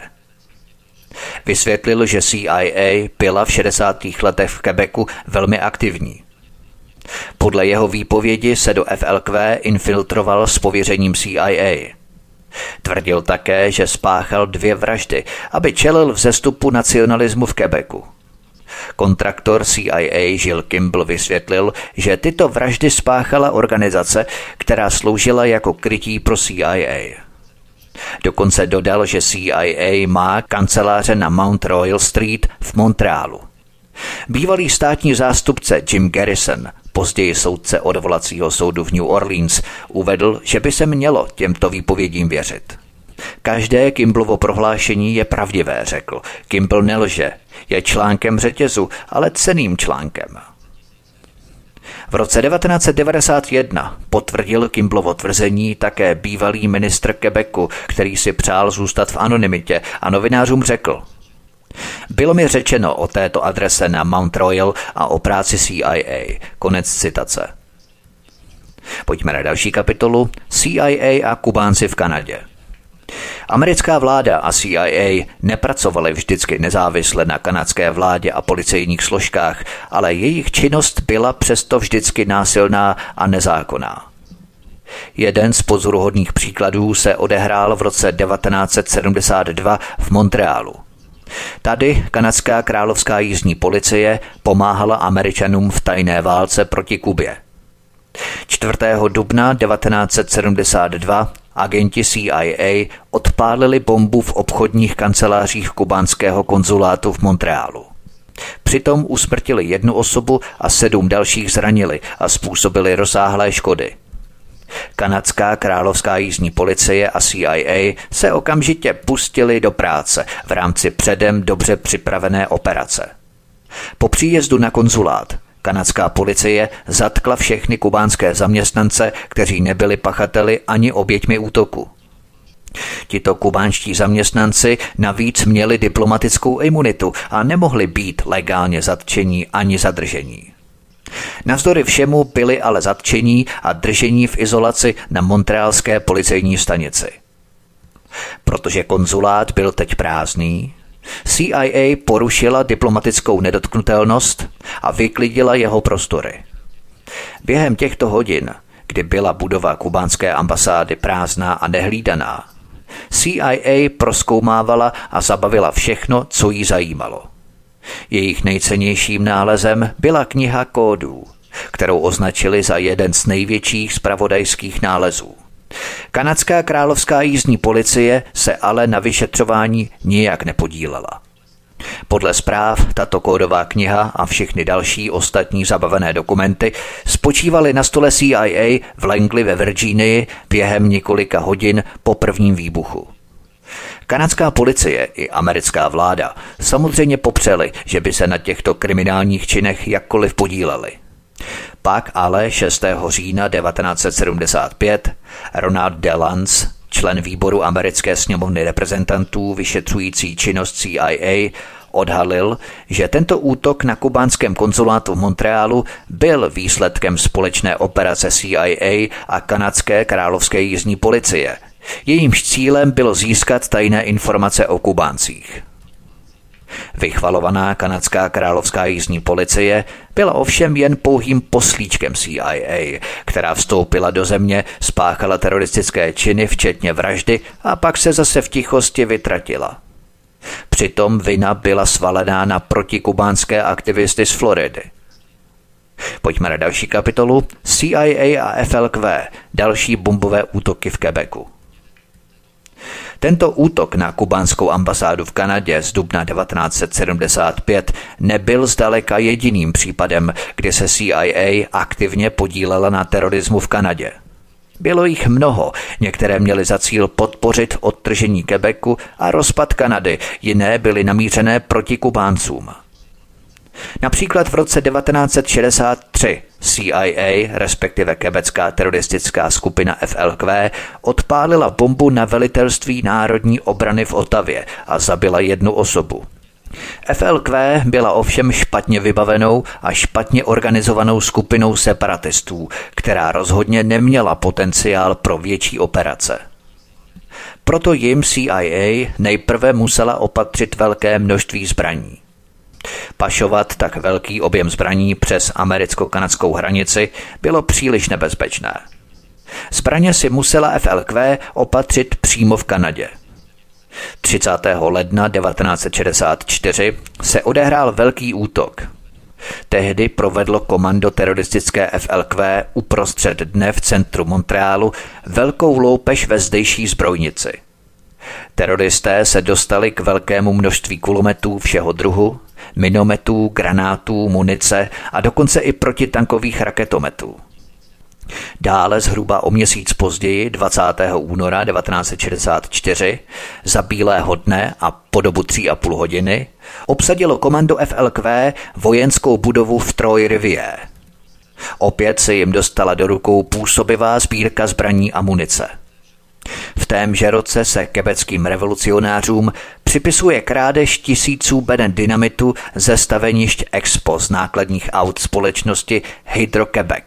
Vysvětlil, že CIA byla v 60. letech v Quebecu velmi aktivní. Podle jeho výpovědi se do FLQ infiltroval s pověřením CIA. Tvrdil také, že spáchal 2 vraždy, aby čelil vzestupu nacionalismu v Quebecu. Kontraktor CIA Jill Kimball vysvětlil, že tyto vraždy spáchala organizace, která sloužila jako krytí pro CIA. Dokonce dodal, že CIA má kanceláře na Mount Royal Street v Montrealu. Bývalý státní zástupce Jim Garrison, později soudce odvolacího soudu v New Orleans, uvedl, že by se mělo těmto výpovědím věřit. Každé Kimballovo prohlášení je pravdivé, řekl. Kimball nelže, je článkem řetězu, ale cenným článkem. V roce 1991 potvrdil Kimballovo tvrzení také bývalý ministr Quebecu, který si přál zůstat v anonymitě, a novinářům řekl: bylo mi řečeno o této adrese na Mount Royal a o práci CIA. Konec citace. Pojďme na další kapitolu. CIA a Kubánci v Kanadě. Americká vláda a CIA nepracovaly vždycky nezávisle na kanadské vládě a policejních složkách, ale jejich činnost byla přesto vždycky násilná a nezákonná. Jeden z pozoruhodných příkladů se odehrál v roce 1972 v Montrealu. Tady kanadská královská jízdní policie pomáhala Američanům v tajné válce proti Kubě. 4. dubna 1972 agenti CIA odpálili bombu v obchodních kancelářích kubánského konzulátu v Montrealu. Přitom usmrtili 1 osobu a 7 dalších zranili a způsobili rozsáhlé škody. Kanadská královská jízdní policie a CIA se okamžitě pustili do práce v rámci předem dobře připravené operace. Po příjezdu na konzulát kanadská policie zatkla všechny kubánské zaměstnance, kteří nebyli pachateli ani oběťmi útoku. Tito kubánští zaměstnanci navíc měli diplomatickou imunitu a nemohli být legálně zatčení ani zadržení. Navzdory všemu byli ale zatčení a držení v izolaci na montrealské policejní stanici. Protože konzulát byl teď prázdný, CIA porušila diplomatickou nedotknutelnost a vyklidila jeho prostory. Během těchto hodin, kdy byla budova kubánské ambasády prázdná a nehlídaná, CIA prozkoumávala a zabavila všechno, co jí zajímalo. Jejich nejcennějším nálezem byla kniha kódů, kterou označili za jeden z největších zpravodajských nálezů. Kanadská královská jízdní policie se ale na vyšetřování nijak nepodílela. Podle zpráv tato kódová kniha a všechny další ostatní zabavené dokumenty spočívaly na stole CIA v Langley ve Virginii během několika hodin po prvním výbuchu. Kanadská policie i americká vláda samozřejmě popřeli, že by se na těchto kriminálních činech jakkoliv podíleli. Pak ale 6. října 1975 Ronald DeLance, člen výboru americké sněmovny reprezentantů vyšetřující činnost CIA, odhalil, že tento útok na kubánském konzulátu v Montrealu byl výsledkem společné operace CIA a kanadské královské jízdní policie. Jejímž cílem bylo získat tajné informace o Kubáncích. Vychvalovaná kanadská královská jízdní policie byla ovšem jen pouhým poslíčkem CIA, která vstoupila do země, spáchala teroristické činy, včetně vraždy, a pak se zase v tichosti vytratila. Přitom vina byla svalená na protikubánské aktivisty z Floridy. Pojďme na další kapitolu. CIA a FLQ, další bombové útoky v Quebecu. Tento útok na kubánskou ambasádu v Kanadě z dubna 1975 nebyl zdaleka jediným případem, kdy se CIA aktivně podílela na terorismu v Kanadě. Bylo jich mnoho, některé měly za cíl podpořit odtržení Quebecu a rozpad Kanady, jiné byly namířené proti Kubáncům. Například v roce 1963 CIA, respektive quebecká teroristická skupina FLQ, odpálila bombu na velitelství národní obrany v Ottawě a zabila 1 osobu. FLQ byla ovšem špatně vybavenou a špatně organizovanou skupinou separatistů, která rozhodně neměla potenciál pro větší operace. Proto jim CIA nejprve musela opatřit velké množství zbraní. Pašovat tak velký objem zbraní přes americko-kanadskou hranici bylo příliš nebezpečné. Zbraně si musela FLQ opatřit přímo v Kanadě. 30. ledna 1964 se odehrál velký útok. Tehdy provedlo komando teroristické FLQ uprostřed dne v centru Montrealu velkou loupež ve zdejší zbrojnici. Teroristé se dostali k velkému množství kulometů všeho druhu, minometů, granátů, munice a dokonce i protitankových raketometů. Dále zhruba o měsíc později, 20. února 1964, za bílého dne a po dobu 3,5 hodiny, obsadilo komando FLQ vojenskou budovu v Trois-Rivières. Opět se jim dostala do rukou působivá sbírka zbraní a munice. V témže roce se quebeckým revolucionářům připisuje krádež tisíců beden dynamitu ze stavenišť Expo z nákladních aut společnosti Hydro-Quebec.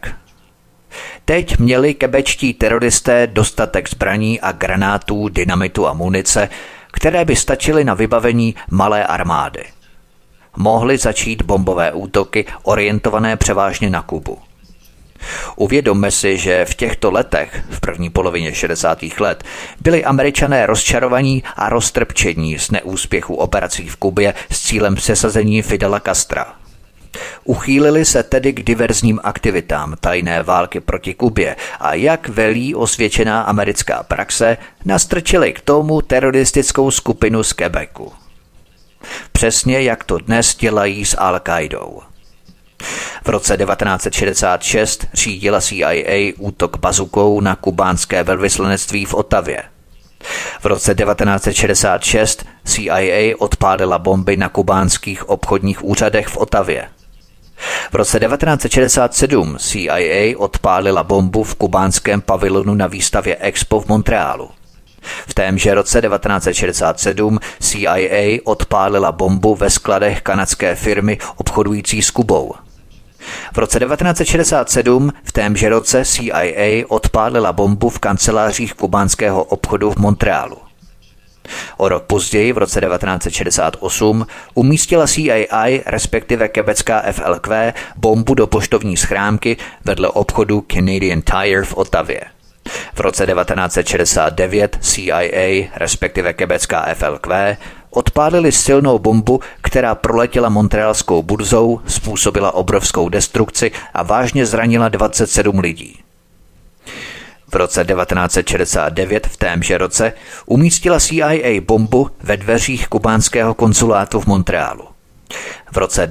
Teď měli quebečtí teroristé dostatek zbraní a granátů, dynamitu a munice, které by stačily na vybavení malé armády. Mohly začít bombové útoky orientované převážně na Kubu. Uvědomme si, že v těchto letech, v první polovině 60. let, byli Američané rozčarovaní a roztrpčení z neúspěchu operací v Kubě s cílem přesazení Fidela Castra. Uchýlili se tedy k diverzním aktivitám tajné války proti Kubě a jak velí osvědčená americká praxe, nastrčili k tomu teroristickou skupinu z Quebecu. Přesně jak to dnes dělají s Al-Qaidou. V roce 1966 řídila CIA útok bazukou na kubánské velvyslanectví v Ottawě. V roce 1966 CIA odpálila bomby na kubánských obchodních úřadech v Ottawě. V roce 1967 CIA odpálila bombu v kubánském pavilonu na výstavě Expo v Montrealu. V témže roce 1967 CIA odpálila bombu ve skladech kanadské firmy obchodující s Kubou. V roce 1967 v témže roce CIA odpálila bombu v kancelářích kubánského obchodu v Montrealu. O rok později, v roce 1968, umístila CIA, respektive quebecká FLQ, bombu do poštovní schránky vedle obchodu Canadian Tire v Ottawě. V roce 1969 CIA, respektive quebecká FLQ, odpálili silnou bombu, která proletěla montrealskou burzou, způsobila obrovskou destrukci a vážně zranila 27 lidí. V roce 1969 v témže roce umístila CIA bombu ve dveřích kubánského konzulátu v Montrealu. V roce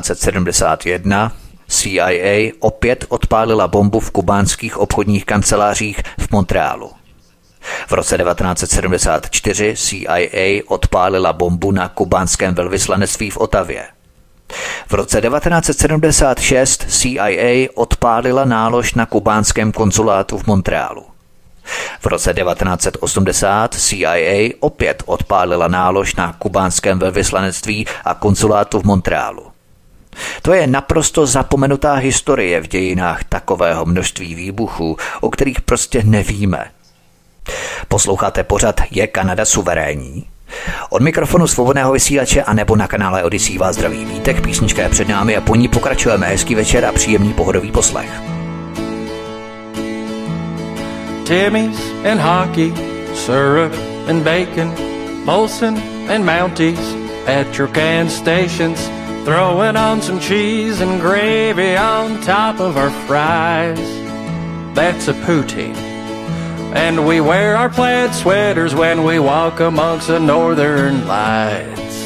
1971 CIA opět odpálila bombu v kubánských obchodních kancelářích v Montrealu. V roce 1974 CIA odpálila bombu na kubánském velvyslanectví v Ottawě. V roce 1976 CIA odpálila nálož na kubánském konzulátu v Montrealu. V roce 1980 CIA opět odpálila nálož na kubánském velvyslanectví a konzulátu v Montrealu. To je naprosto zapomenutá historie v dějinách takového množství výbuchů, o kterých prostě nevíme. Posloucháte pořad Je Kanada suverénní? Od mikrofonu Svobodného vysílače a nebo na kanále Odyssey vás zdraví Vítek, písnička je před námi a po ní pokračujeme. Hezký večer a příjemný pohodový poslech. Timmy's and hockey, syrup and bacon, Molson and Mounties at your can stations, throwing on some cheese and gravy on top of our fries. That's a poutine. And we wear our plaid sweaters when we walk amongst the northern lights.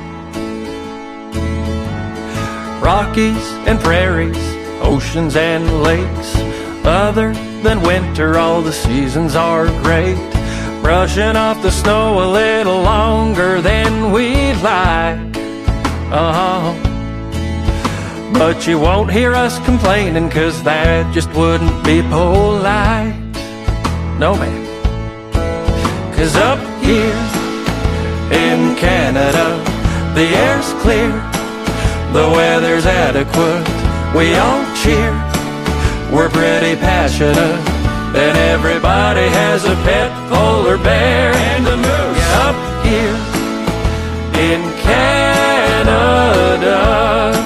Rockies and prairies, oceans and lakes, other than winter all the seasons are great. Brushing off the snow a little longer than we'd like. But you won't hear us complaining, 'cause that just wouldn't be polite. No man. 'Cause up here in Canada the air's clear, the weather's adequate, we all cheer, we're pretty passionate, and everybody has a pet polar bear and a moose. Yeah, up here in Canada.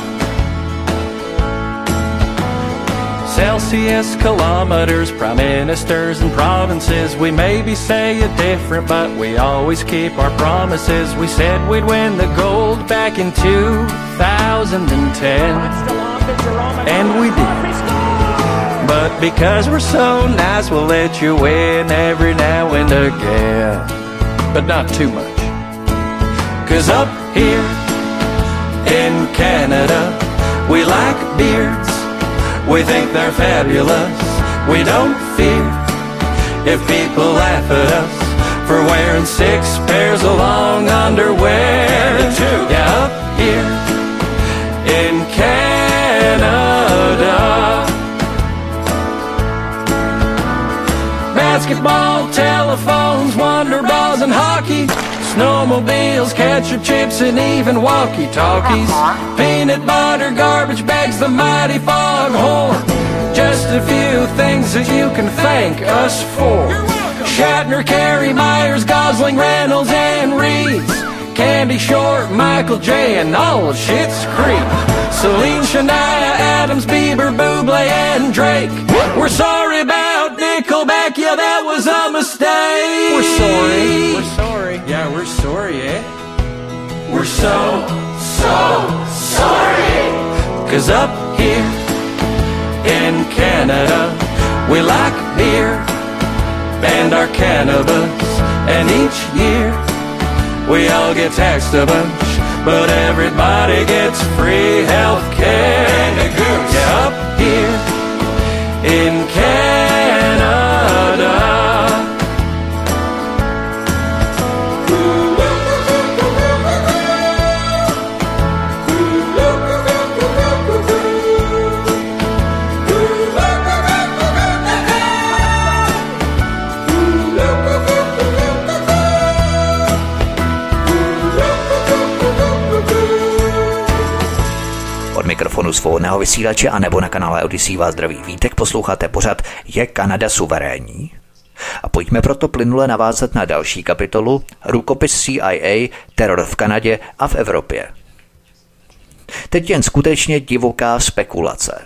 Celsius, kilometers, prime ministers and provinces. We maybe say it different, but we always keep our promises. We said we'd win the gold back in 2010, and we did. But because we're so nice, we'll let you win every now and again, but not too much. 'Cause up here in Canada we like beards, we think they're fabulous, we don't fear if people laugh at us for wearing 6 pairs of long underwear. Yeah, up here in Canada. Basketball, telephones, wonder balls and hockey, snowmobiles, ketchup chips and even walkie-talkies, peanut butter, garbage bags, the mighty foghorn. Just a few things that you can thank us for. Shatner, Carey, Myers, Gosling, Reynolds and Reeves, Candy Short, Michael J and all of Schitt's Creek, Celine, Shania, Adams, Bieber, Bublé and Drake. We're sorry about Nickelback, yeah, that was a mistake. We're sorry. We're sorry. Yeah, we're sorry, eh? We're so sorry. 'Cause up here in Canada, we like beer and our cannabis, and each year we all get taxed a bunch, but everybody gets free health care. Yeah, up here in Canada. Mikrofonu svobodného vysílače a nebo na kanále Odyssey vás zdraví Vítek, posloucháte pořad Je Kanada suverénní? A pojďme proto plynule navázat na další kapitolu Rukopis CIA, teror v Kanadě a v Evropě. Teď jen skutečně divoká spekulace.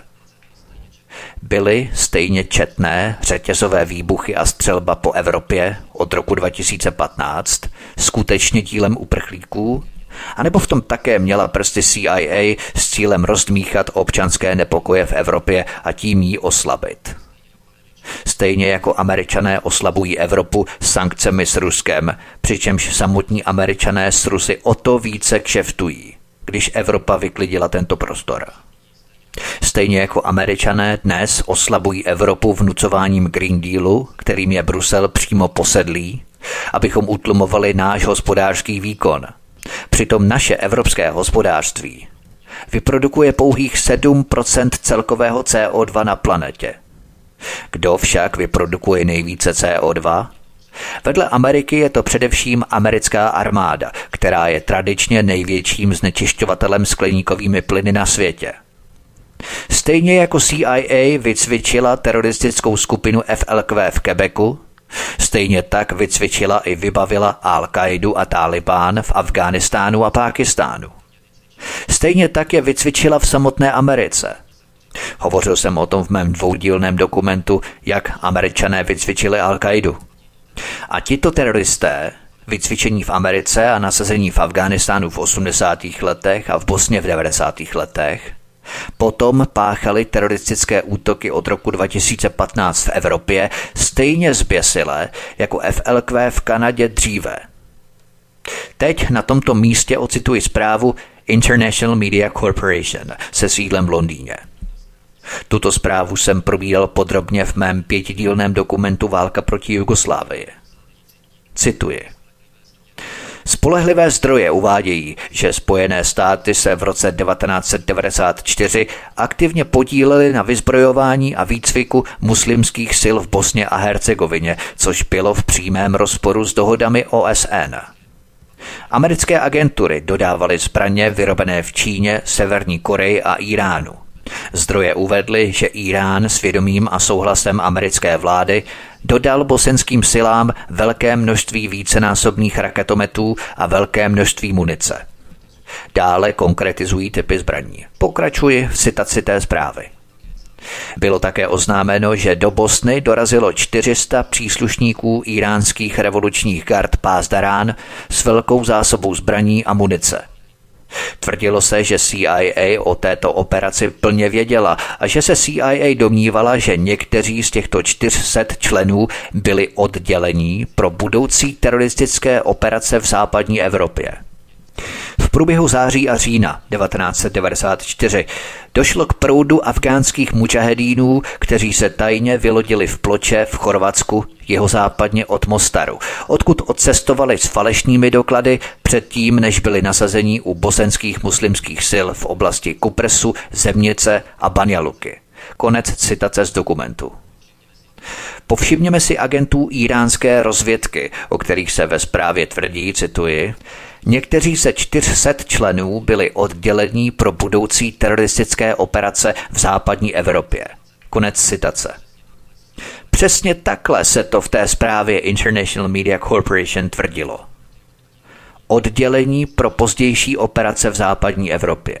Byly stejně četné řetězové výbuchy a střelba po Evropě od roku 2015 skutečně dílem uprchlíků? A nebo v tom také měla prsty CIA s cílem rozdmíchat občanské nepokoje v Evropě a tím ji oslabit? Stejně jako Američané oslabují Evropu sankcemi s Ruskem, přičemž samotní Američané s Rusy o to více kšeftují, když Evropa vyklidila tento prostor. Stejně jako Američané dnes oslabují Evropu vnucováním Green Dealu, kterým je Brusel přímo posedlý, abychom utlumovali náš hospodářský výkon. Přitom naše evropské hospodářství vyprodukuje pouhých 7% celkového CO2 na planetě. Kdo však vyprodukuje nejvíce CO2? Vedle Ameriky je to především americká armáda, která je tradičně největším znečišťovatelem skleníkovými plyny na světě. Stejně jako CIA vycvičila teroristickou skupinu FLQ v Quebecu, stejně tak vycvičila i vybavila Al-Qaidu a Taliban v Afghánistánu a Pákistánu. Stejně tak je vycvičila v samotné Americe. Hovořil jsem o tom v mém dvoudílném dokumentu, jak Američané vycvičili Al-Qaidu. A tito teroristé, vycvičení v Americe a nasazení v Afghánistánu v 80. letech a v Bosně v 90. letech, potom páchali teroristické útoky od roku 2015 v Evropě stejně zběsilé jako FLQ v Kanadě dříve. Teď na tomto místě ocituji zprávu International Media Corporation se sídlem v Londýně. Tuto zprávu jsem probíral podrobně v mém 5dílném dokumentu Válka proti Jugoslávii. Cituji. Spolehlivé zdroje uvádějí, že Spojené státy se v roce 1994 aktivně podílely na vyzbrojování a výcviku muslimských sil v Bosně a Hercegovině, což bylo v přímém rozporu s dohodami OSN. Americké agentury dodávaly zbraně vyrobené v Číně, Severní Koreji a Iránu. Zdroje uvedly, že Irán s vědomím a souhlasem americké vlády dodal bosenským silám velké množství vícenásobných raketometů a velké množství munice. Dále konkretizují typy zbraní. Pokračuji v citaci té zprávy. Bylo také oznámeno, že do Bosny dorazilo 400 příslušníků iránských revolučních gard Pásdarán s velkou zásobou zbraní a munice. Tvrdilo se, že CIA o této operaci plně věděla a že se CIA domnívala, že někteří z těchto 400 členů byli oddělení pro budoucí teroristické operace v západní Evropě. V průběhu září a října 1994 došlo k proudu afgánských mudžahedínů, kteří se tajně vylodili v Ploče v Chorvatsku jihozápadně od Mostaru, odkud odcestovali s falešnými doklady předtím, než byli nasazení u bosenských muslimských sil v oblasti Kupresu, Zemnice a Banja Luky. Konec citace z dokumentu. Povšimněme si agentů iránské rozvědky, o kterých se ve zprávě tvrdí, cituji, někteří ze 400 členů byli oddělení pro budoucí teroristické operace v západní Evropě. Konec citace. Přesně takhle se to v té zprávě International Media Corporation tvrdilo. Oddělení pro pozdější operace v západní Evropě.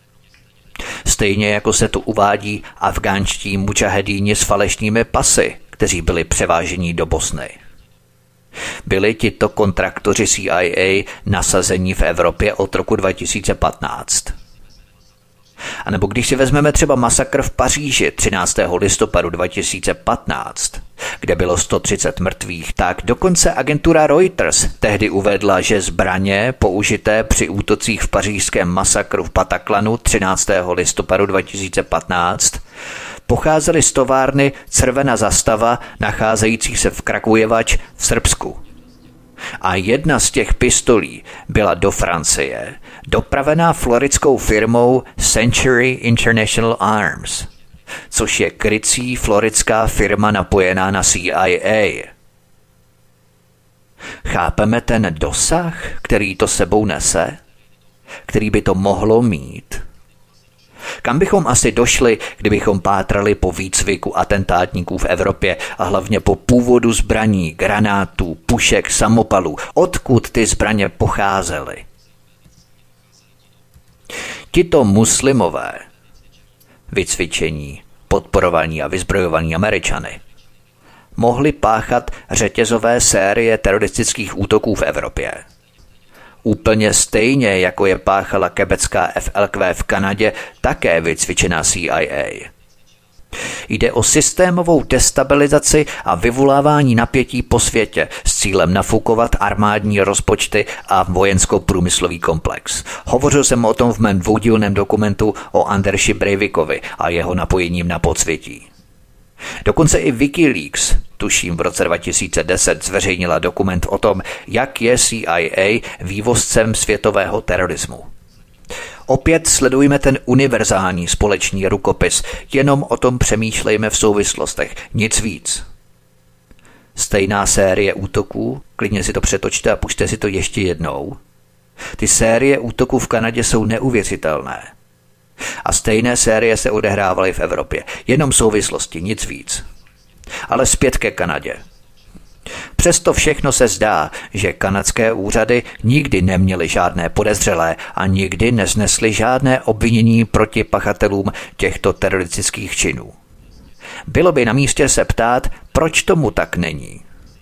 Stejně jako se tu uvádí afgánští mudžahedíni s falešnými pasy, kteří byli převáženi do Bosny. Byli tito kontraktoři CIA nasazení v Evropě od roku 2015. A nebo když si vezmeme třeba masakr v Paříži 13. listopadu 2015, kde bylo 130 mrtvých, tak dokonce agentura Reuters tehdy uvedla, že zbraně použité při útocích v pařížském masakru v Bataclanu 13. listopadu 2015 pocházely z továrny Crvená zastava nacházející se v Kragujevač v Srbsku. A jedna z těch pistolí byla do Francie dopravená floridskou firmou Century International Arms, což je krycí floridská firma napojená na CIA. Chápeme ten dosah, který to sebou nese? Který by to mohlo mít? Kam bychom asi došli, kdybychom pátrali po výcviku atentátníků v Evropě a hlavně po původu zbraní, granátů, pušek, samopalů, odkud ty zbraně pocházely? Tito muslimové, vycvičení, podporovaní a vyzbrojovaní Američany, mohli páchat řetězové série teroristických útoků v Evropě. Úplně stejně, jako je páchala quebecká FLQ v Kanadě, také vycvičená CIA. Jde o systémovou destabilizaci a vyvolávání napětí po světě s cílem nafukovat armádní rozpočty a vojensko-průmyslový komplex. Hovořil jsem o tom v mém dvoudílném dokumentu o Andersi Breivicovi a jeho napojením na podsvětí. Dokonce i Wikileaks, tuším v roce 2010, zveřejnila dokument o tom, jak je CIA vývozcem světového terorismu. Opět sledujme ten univerzální společný rukopis, jenom o tom přemýšlejme v souvislostech, nic víc. Stejná série útoků, klidně si to přetočte a pušte si to ještě jednou. Ty série útoků v Kanadě jsou neuvěřitelné. A stejné série se odehrávaly v Evropě. Jenom souvislosti, nic víc. Ale zpět ke Kanadě. Přesto všechno se zdá, že kanadské úřady nikdy neměly žádné podezřelé a nikdy neznesly žádné obvinění proti pachatelům těchto teroristických činů. Bylo by na místě se ptát, proč tomu tak není.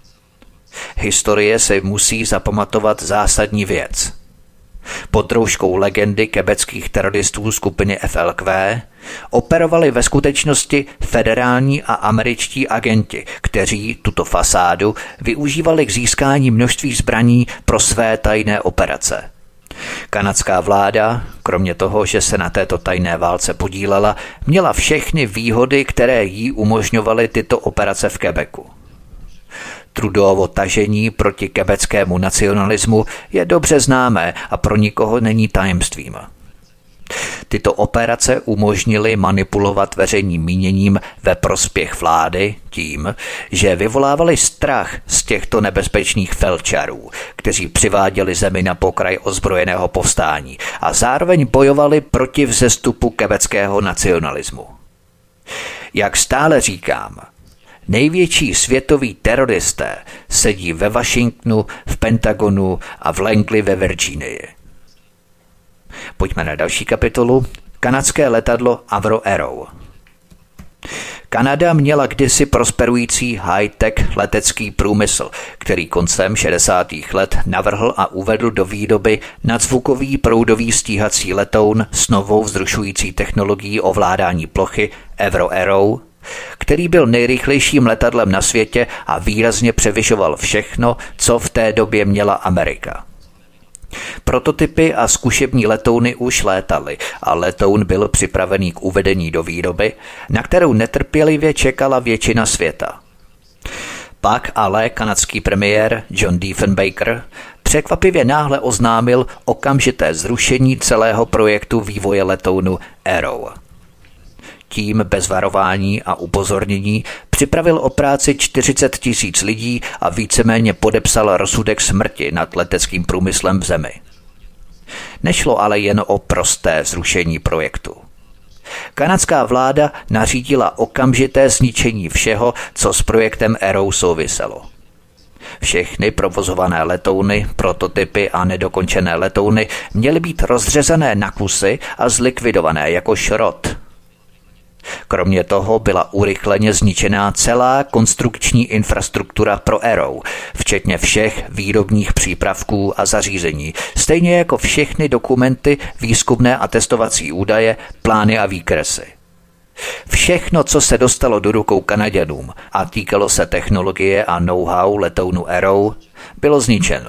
Historie si musí zapamatovat zásadní věc. Pod rouškou legendy quebeckých teroristů skupiny FLQ operovali ve skutečnosti federální a američtí agenti, kteří tuto fasádu využívali k získání množství zbraní pro své tajné operace. Kanadská vláda, kromě toho, že se na této tajné válce podílela, měla všechny výhody, které jí umožňovaly tyto operace v Quebecu. Trudeauovo tažení proti quebeckému nacionalismu je dobře známé a pro nikoho není tajemstvím. Tyto operace umožnily manipulovat veřejným míněním ve prospěch vlády tím, že vyvolávali strach z těchto nebezpečných felčarů, kteří přiváděli zemi na pokraj ozbrojeného povstání a zároveň bojovali proti vzestupu quebeckého nacionalismu. Jak stále říkám, největší světoví teroristé sedí ve Washingtonu, v Pentagonu a v Langley ve Virginii. Pojďme na další kapitolu. Kanadské letadlo Avro Arrow. Kanada měla kdysi prosperující high-tech letecký průmysl, který koncem 60. let navrhl a uvedl do výroby nadzvukový proudový stíhací letoun s novou vzrušující technologií ovládání plochy Avro Arrow, který byl nejrychlejším letadlem na světě a výrazně převyšoval všechno, co v té době měla Amerika. Prototypy a zkušební letouny už létaly a letoun byl připravený k uvedení do výroby, na kterou netrpělivě čekala většina světa. Pak ale kanadský premiér John Diefenbaker překvapivě náhle oznámil okamžité zrušení celého projektu vývoje letounu Arrow. Tím bez varování a upozornění připravil o práci 40 000 lidí a víceméně podepsal rozsudek smrti nad leteckým průmyslem v zemi. Nešlo ale jen o prosté zrušení projektu. Kanadská vláda nařídila okamžité zničení všeho, co s projektem Arrow souviselo. Všechny provozované letouny, prototypy a nedokončené letouny měly být rozřezané na kusy a zlikvidované jako šrot. Kromě toho byla urychleně zničená celá konstrukční infrastruktura pro Arrow, včetně všech výrobních přípravků a zařízení, stejně jako všechny dokumenty, výzkumné a testovací údaje, plány a výkresy. Všechno, co se dostalo do rukou Kanaďanům a týkalo se technologie a know-how letounu Arrow, bylo zničeno.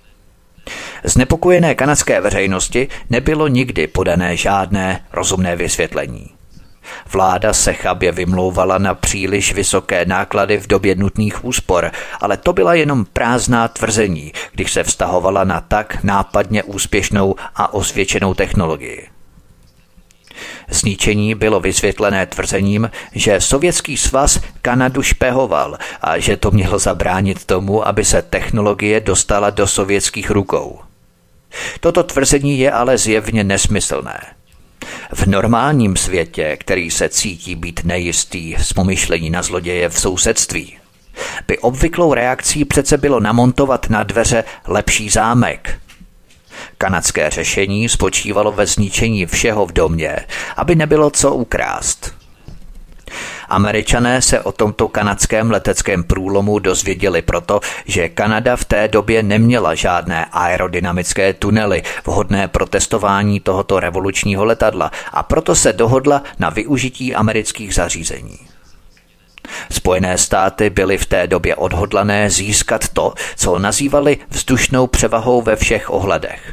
Znepokojené kanadské veřejnosti nebylo nikdy podané žádné rozumné vysvětlení. Vláda se chabě vymlouvala na příliš vysoké náklady v době nutných úspor, ale to byla jenom prázdná tvrzení, když se vztahovala na tak nápadně úspěšnou a osvědčenou technologii. Zničení bylo vysvětlené tvrzením, že Sovětský svaz Kanadu špehoval a že to mělo zabránit tomu, aby se technologie dostala do sovětských rukou. Toto tvrzení je ale zjevně nesmyslné. V normálním světě, který se cítí být nejistý z pomyšlení na zloděje v sousedství, by obvyklou reakcí přece bylo namontovat na dveře lepší zámek. Kanadské řešení spočívalo ve zničení všeho v domě, aby nebylo co ukrást. Američané se o tomto kanadském leteckém průlomu dozvěděli proto, že Kanada v té době neměla žádné aerodynamické tunely vhodné pro testování tohoto revolučního letadla a proto se dohodla na využití amerických zařízení. Spojené státy byly v té době odhodlané získat to, co nazývali vzdušnou převahou ve všech ohledech.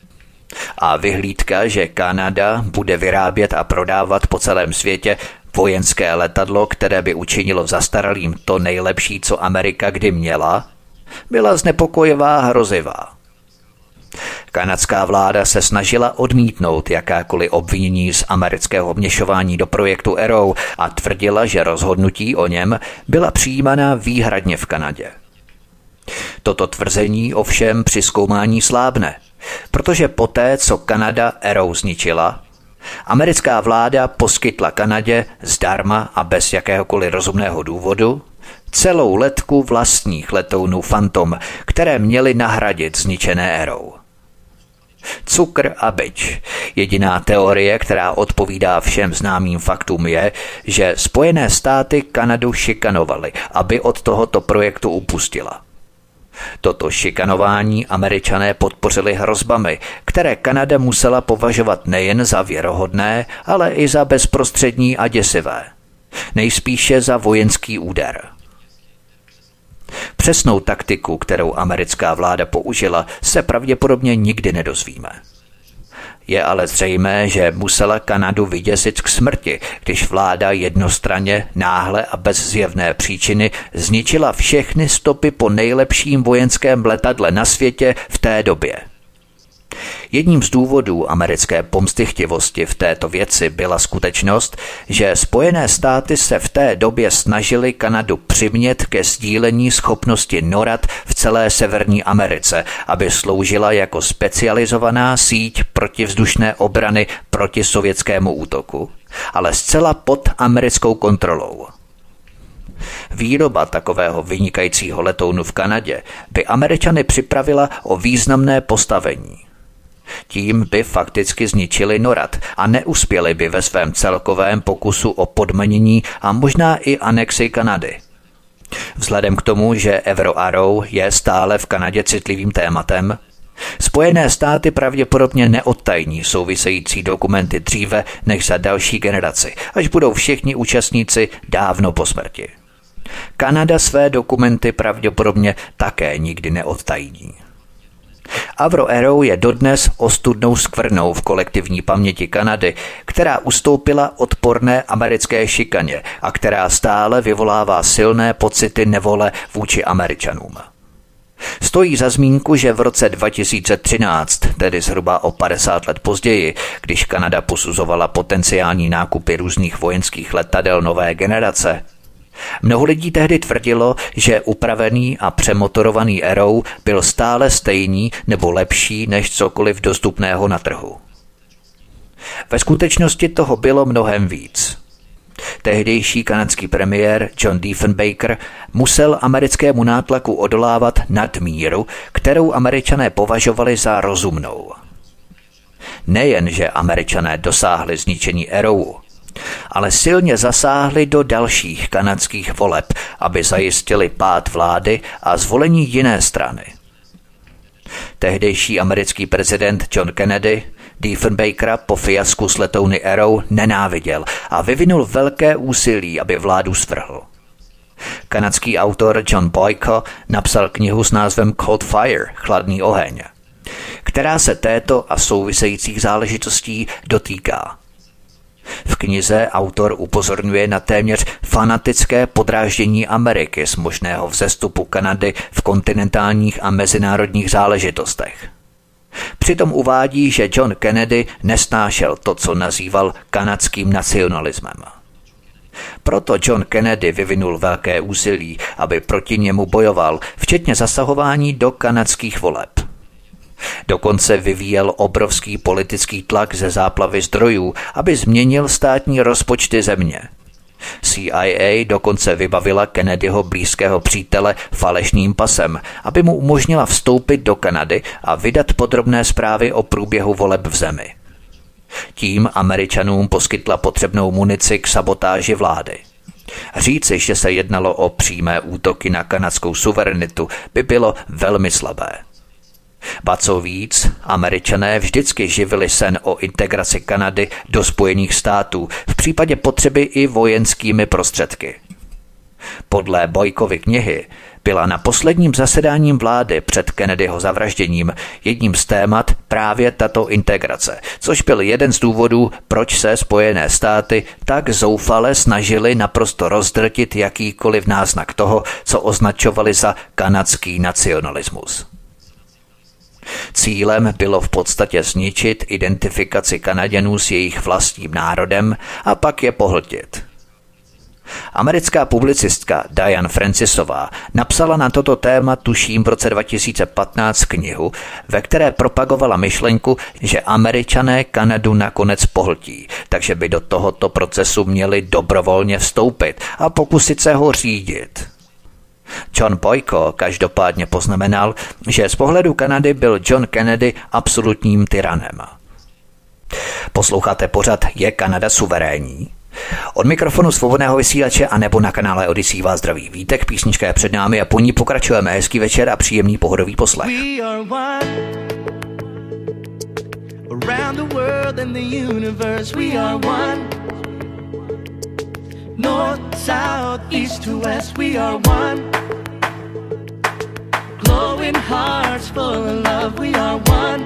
A vyhlídka, že Kanada bude vyrábět a prodávat po celém světě vojenské letadlo, které by učinilo zastaralým to nejlepší, co Amerika kdy měla, byla znepokojivá a hrozivá. Kanadská vláda se snažila odmítnout jakákoliv obvinění z amerického vměšování do projektu Arrow a tvrdila, že rozhodnutí o něm byla přijímána výhradně v Kanadě. Toto tvrzení ovšem při zkoumání slábne, protože poté, co Kanada Arrow zničila, americká vláda poskytla Kanadě zdarma a bez jakéhokoliv rozumného důvodu celou letku vlastních letounů Phantom, které měly nahradit zničené Arrow. Cukr a bič. Jediná teorie, která odpovídá všem známým faktům, je, že Spojené státy Kanadu šikanovaly, aby od tohoto projektu upustila. Toto šikanování Američané podpořili hrozbami, které Kanada musela považovat nejen za věrohodné, ale i za bezprostřední a děsivé. Nejspíše za vojenský úder. Přesnou taktiku, kterou americká vláda použila, se pravděpodobně nikdy nedozvíme. Je ale zřejmé, že musela Kanadu vyděsit k smrti, když vláda jednostranně, náhle a bez zjevné příčiny zničila všechny stopy po nejlepším vojenském letadle na světě v té době. Jedním z důvodů americké pomstychtivosti v této věci byla skutečnost, že Spojené státy se v té době snažily Kanadu přimět ke sdílení schopnosti NORAD v celé Severní Americe, aby sloužila jako specializovaná síť protivzdušné obrany proti sovětskému útoku, ale zcela pod americkou kontrolou. Výroba takového vynikajícího letounu v Kanadě by Američany připravila o významné postavení. Tím by fakticky zničili NORAD a neuspěli by ve svém celkovém pokusu o podmanění a možná i anexi Kanady. Vzhledem k tomu, že Euro-Arrow je stále v Kanadě citlivým tématem, Spojené státy pravděpodobně neodtajní související dokumenty dříve než za další generaci, až budou všichni účastníci dávno po smrti. Kanada své dokumenty pravděpodobně také nikdy neodtajní. Avro-Arrow je dodnes ostudnou skvrnou v kolektivní paměti Kanady, která ustoupila odporné americké šikaně a která stále vyvolává silné pocity nevole vůči Američanům. Stojí za zmínku, že v roce 2013, tedy zhruba o 50 let později, když Kanada posuzovala potenciální nákupy různých vojenských letadel nové generace, mnoho lidí tehdy tvrdilo, že upravený a přemotorovaný Arrow byl stále stejný nebo lepší než cokoliv dostupného na trhu. Ve skutečnosti toho bylo mnohem víc. Tehdejší kanadský premiér John Diefenbaker musel americkému nátlaku odolávat nad míru, kterou Američané považovali za rozumnou. Nejen, že Američané dosáhli zničení Arrowu, ale silně zasáhli do dalších kanadských voleb, aby zajistili pád vlády a zvolení jiné strany. Tehdejší americký prezident John Kennedy Diefenbakera po fiasku s letouny Arrow nenáviděl a vyvinul velké úsilí, aby vládu svrhl. Kanadský autor John Boyko napsal knihu s názvem Cold Fire, chladný oheň, která se této a souvisejících záležitostí dotýká. V knize autor upozorňuje na téměř fanatické podráždění Ameriky z možného vzestupu Kanady v kontinentálních a mezinárodních záležitostech. Přitom uvádí, že John Kennedy nesnášel to, co nazýval kanadským nacionalismem. Proto John Kennedy vyvinul velké úsilí, aby proti němu bojoval, včetně zasahování do kanadských voleb. Dokonce vyvíjel obrovský politický tlak ze záplavy zdrojů, aby změnil státní rozpočty země. CIA dokonce vybavila Kennedyho blízkého přítele falešným pasem, aby mu umožnila vstoupit do Kanady a vydat podrobné zprávy o průběhu voleb v zemi. Tím Američanům poskytla potřebnou munici k sabotáži vlády. Říci, že se jednalo o přímé útoky na kanadskou suverenitu, by bylo velmi slabé. Ba co víc, Američané vždycky živili sen o integraci Kanady do Spojených států, v případě potřeby i vojenskými prostředky. Podle Boykovy knihy byla na posledním zasedání vlády před Kennedyho zavražděním jedním z témat právě tato integrace, což byl jeden z důvodů, proč se Spojené státy tak zoufale snažili naprosto rozdrtit jakýkoliv náznak toho, co označovali za kanadský nacionalismus. Cílem bylo v podstatě zničit identifikaci Kanaděnů s jejich vlastním národem a pak je pohltit. Americká publicistka Diane Francisová napsala na toto téma tuším v roce 2015 knihu, ve které propagovala myšlenku, že Američané Kanadu nakonec pohltí, takže by do tohoto procesu měli dobrovolně vstoupit a pokusit se ho řídit. John Boyko každopádně poznamenal, že z pohledu Kanady byl John Kennedy absolutním tyranem. Posloucháte pořad Je Kanada suverénní? Od mikrofonu Svobodného vysílače a nebo na kanále Odyssey vás zdraví Vítek, písnička je před námi a po ní pokračujeme. Hezký večer a příjemný pohodový poslech. North, south, east to west, we are one. Glowing hearts full of love, we are one.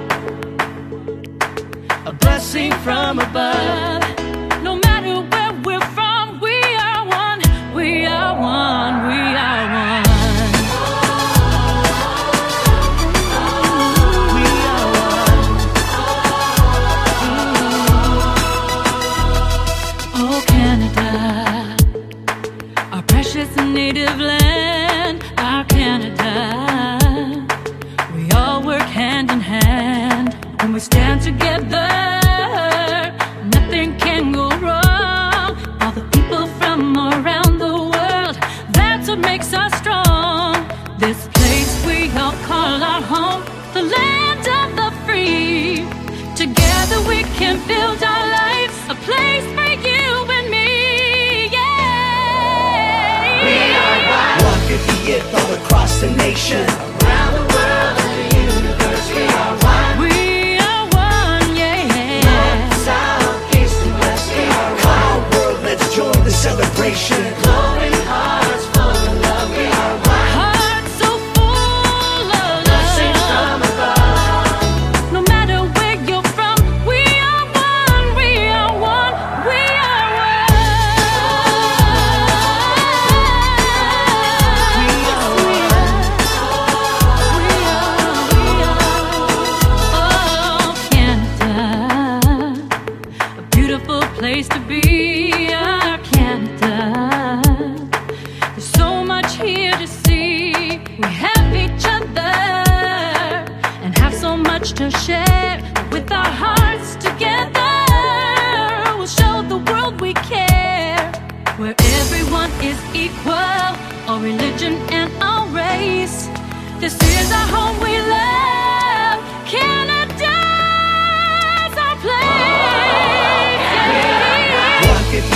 A blessing from above. No matter where we're from, we are one. We are one, we are one. We are one. Oh, Canada, precious native land, our Canada. We all work hand in hand. When we stand together, nothing can go wrong. All the people from around the world, that's what makes us strong. This place we all call our home, the land of the free. Together we can build our lives, a place for you and me. All across the nation, around the world and the universe, we are one. We are one, yeah. North, south, east and west, we are one. Come on, world, let's join the celebration. Glowing hearts full of love, we are one. Hearts so full of love, blessings from above. No matter where you're from, we are one, we are one, we are one. Place to be, our Canada. There's so much here to see. We have each other and have so much to share. With our hearts together, we'll show the world we care. Where everyone is equal, all religion and all race. This is our home we love. Canada's our place.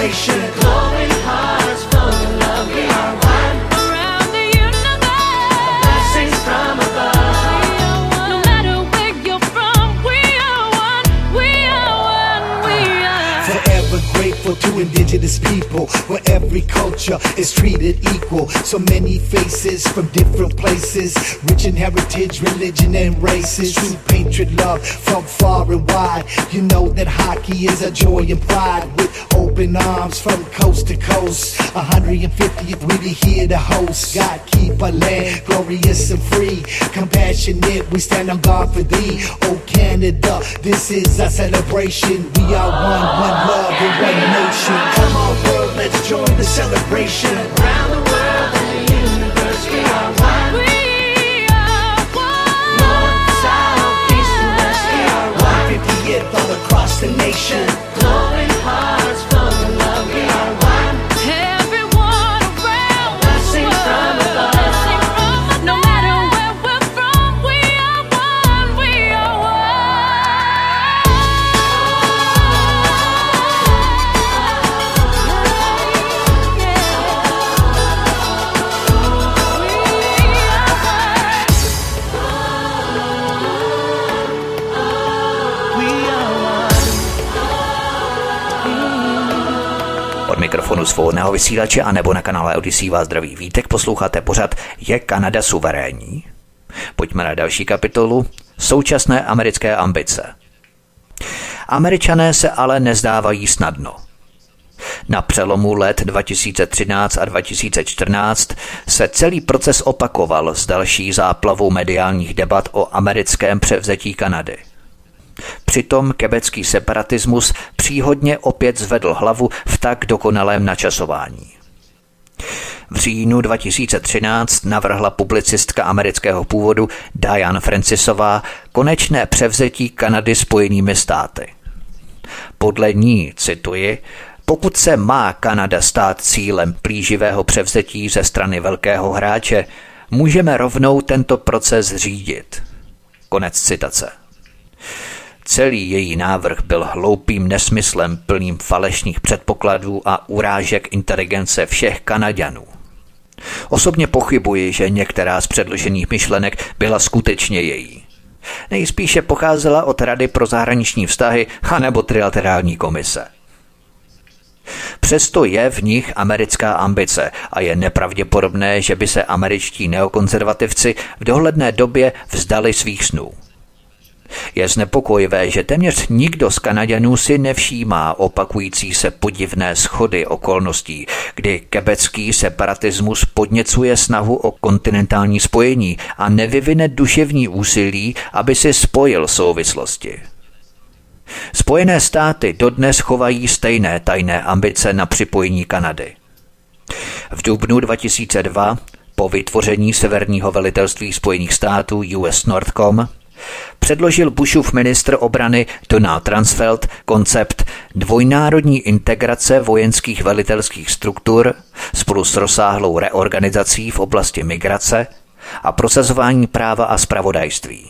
celebration. Glowing hearts full of love, we are one. Around the universe, Blessings from above. no matter where you're from, we are one, we are one, we are. Forever grateful to indigenous people, where every culture is treated equal. So many faces from different places, rich in heritage, religion and races. True patriot love from far and wide. You know that hockey is a joy and pride, with open arms from coast to coast. 150th we be here to host. God keep our land glorious and free, compassionate, we stand on guard for thee. Oh Canada, this is our celebration. We are one love and one nation. Come on world, let's join the celebration. Around the world and the universe, we are one. We are one. North, south, east and west, we are one. 150th all across the nation. Glowing hearts full of love, we are one. Everyone around the Blessings from world, above. blessings from above. No matter where we're from, we are one, we are Od mikrofonu svobodného vysílače a nebo na kanále Odyssey vás zdraví Vítek, posloucháte pořad Je Kanada suverénní? Pojďme na další kapitolu. Současné americké ambice. Američané se ale nezdávají snadno. Na přelomu let 2013 a 2014 se celý proces opakoval s další záplavou mediálních debat o americkém převzetí Kanady. Přitom quebecký separatismus příhodně opět zvedl hlavu v tak dokonalém načasování. V říjnu 2013 navrhla publicistka amerického původu Diane Francisová konečné převzetí Kanady Spojenými státy. Podle ní, cituji, pokud se má Kanada stát cílem plíživého převzetí ze strany velkého hráče, můžeme rovnou tento proces řídit. Konec citace. Celý její návrh byl hloupým nesmyslem plným falešných předpokladů a urážek inteligence všech Kanaďanů. Osobně pochybuji, že některá z předložených myšlenek byla skutečně její. Nejspíše pocházela od Rady pro zahraniční vztahy anebo trilaterální komise. Přesto je v nich americká ambice a je nepravděpodobné, že by se američtí neokonzervativci v dohledné době vzdali svých snů. Je znepokojivé, že téměř nikdo z Kanaďanů si nevšímá opakující se podivné shody okolností, kdy quebecký separatismus podněcuje snahu o kontinentální spojení a nevyvine duševní úsilí, aby si spojil souvislosti. Spojené státy dodnes chovají stejné tajné ambice na připojení Kanady. V dubnu 2002, po vytvoření severního velitelství Spojených států US Northcom, předložil Bushův ministr obrany Donald Rumsfeld koncept dvojnárodní integrace vojenských velitelských struktur spolu s rozsáhlou reorganizací v oblasti migrace a prosazování práva a zpravodajství.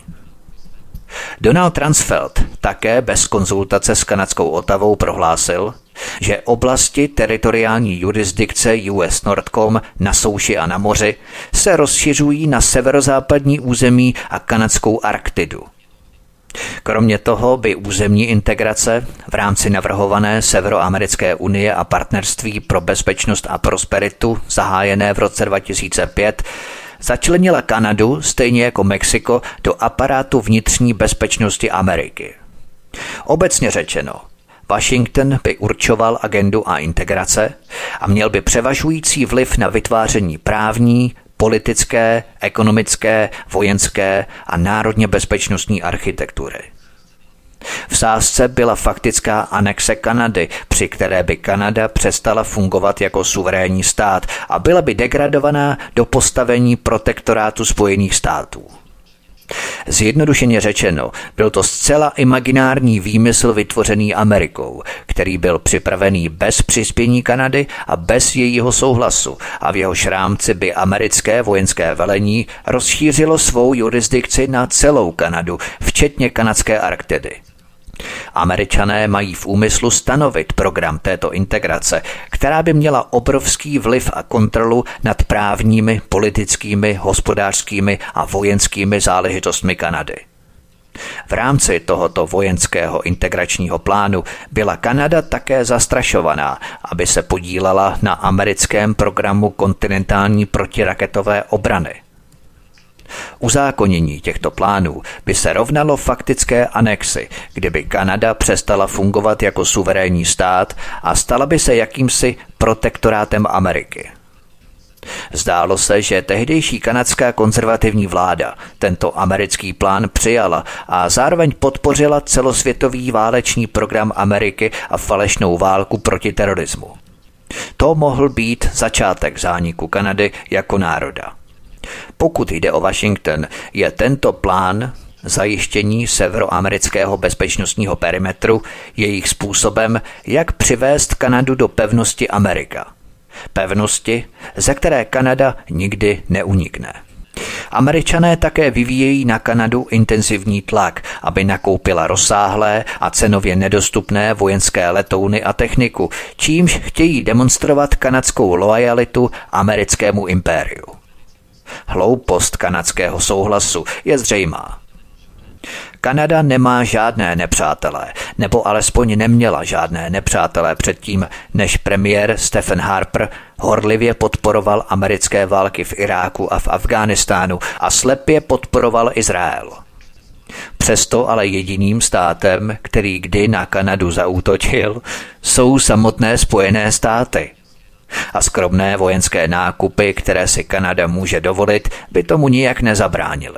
Donald Rumsfeld také bez konzultace s kanadskou Ottawou prohlásil, že oblasti teritoriální jurisdikce US Northcom na souši a na moři se rozšiřují na severozápadní území a kanadskou Arktidu. Kromě toho by územní integrace v rámci navrhované Severoamerické unie a partnerství pro bezpečnost a prosperitu zahájené v roce 2005 začlenila Kanadu, stejně jako Mexiko, do aparátu vnitřní bezpečnosti Ameriky. Obecně řečeno, Washington by určoval agendu a integrace a měl by převažující vliv na vytváření právní, politické, ekonomické, vojenské a národně bezpečnostní architektury. V sázce byla faktická anexe Kanady, při které by Kanada přestala fungovat jako suverénní stát a byla by degradovaná do postavení protektorátu Spojených států. Zjednodušeně řečeno, byl to zcela imaginární výmysl vytvořený Amerikou, který byl připravený bez přispění Kanady a bez jejího souhlasu a v jehož rámci by americké vojenské velení rozšířilo svou jurisdikci na celou Kanadu, včetně kanadské Arktidy. Američané mají v úmyslu stanovit program této integrace, která by měla obrovský vliv a kontrolu nad právními, politickými, hospodářskými a vojenskými záležitostmi Kanady. V rámci tohoto vojenského integračního plánu byla Kanada také zastrašovaná, aby se podílela na americkém programu kontinentální protiraketové obrany. Uzákonění těchto plánů by se rovnalo faktické anexi, kdyby Kanada přestala fungovat jako suverénní stát a stala by se jakýmsi protektorátem Ameriky. Zdálo se, že tehdejší kanadská konzervativní vláda tento americký plán přijala a zároveň podpořila celosvětový válečný program Ameriky a falešnou válku proti terorismu. To mohl být začátek zániku Kanady jako národa. Pokud jde o Washington, je tento plán zajištění severoamerického bezpečnostního perimetru jejich způsobem, jak přivést Kanadu do pevnosti Amerika. Pevnosti, ze které Kanada nikdy neunikne. Američané také vyvíjejí na Kanadu intenzivní tlak, aby nakoupila rozsáhlé a cenově nedostupné vojenské letouny a techniku, čímž chtějí demonstrovat kanadskou loajalitu americkému impériu. Hloupost kanadského souhlasu je zřejmá. Kanada nemá žádné nepřátelé, nebo alespoň neměla žádné nepřátelé předtím, než premiér Stephen Harper horlivě podporoval americké války v Iráku a v Afghánistánu a slepě podporoval Izrael. Přesto ale jediným státem, který kdy na Kanadu zaútočil, jsou samotné Spojené státy. A skromné vojenské nákupy, které si Kanada může dovolit, by tomu nijak nezabránily.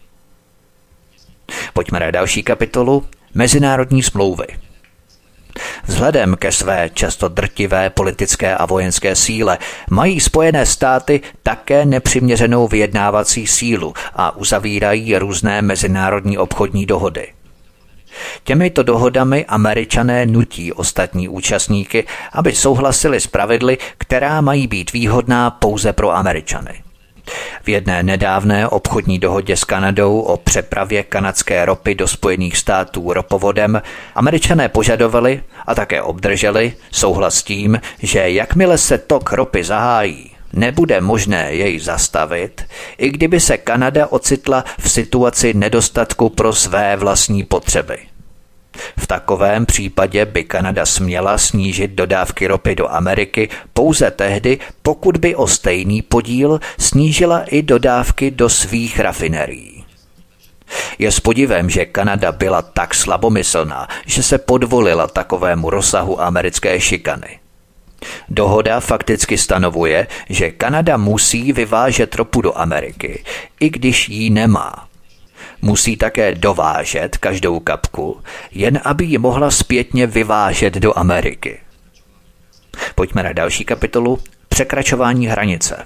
Pojďme na další kapitolu. Mezinárodní smlouvy. Vzhledem ke své často drtivé politické a vojenské síle mají Spojené státy také nepřiměřenou vyjednávací sílu a uzavírají různé mezinárodní obchodní dohody. Těmito dohodami Američané nutí ostatní účastníky, aby souhlasili s pravidly, která mají být výhodná pouze pro Američany. V jedné nedávné obchodní dohodě s Kanadou o přepravě kanadské ropy do Spojených států ropovodem Američané požadovali a také obdrželi souhlas s tím, že jakmile se tok ropy zahájí, nebude možné jej zastavit, i kdyby se Kanada ocitla v situaci nedostatku pro své vlastní potřeby. V takovém případě by Kanada směla snížit dodávky ropy do Ameriky pouze tehdy, pokud by o stejný podíl snížila i dodávky do svých rafinerií. Je s podivem, že Kanada byla tak slabomyslná, že se podvolila takovému rozsahu americké šikany. Dohoda fakticky stanovuje, že Kanada musí vyvážet ropu do Ameriky, i když ji nemá. Musí také dovážet každou kapku, jen aby ji mohla zpětně vyvážet do Ameriky. Pojďme na další kapitolu. Překračování hranice.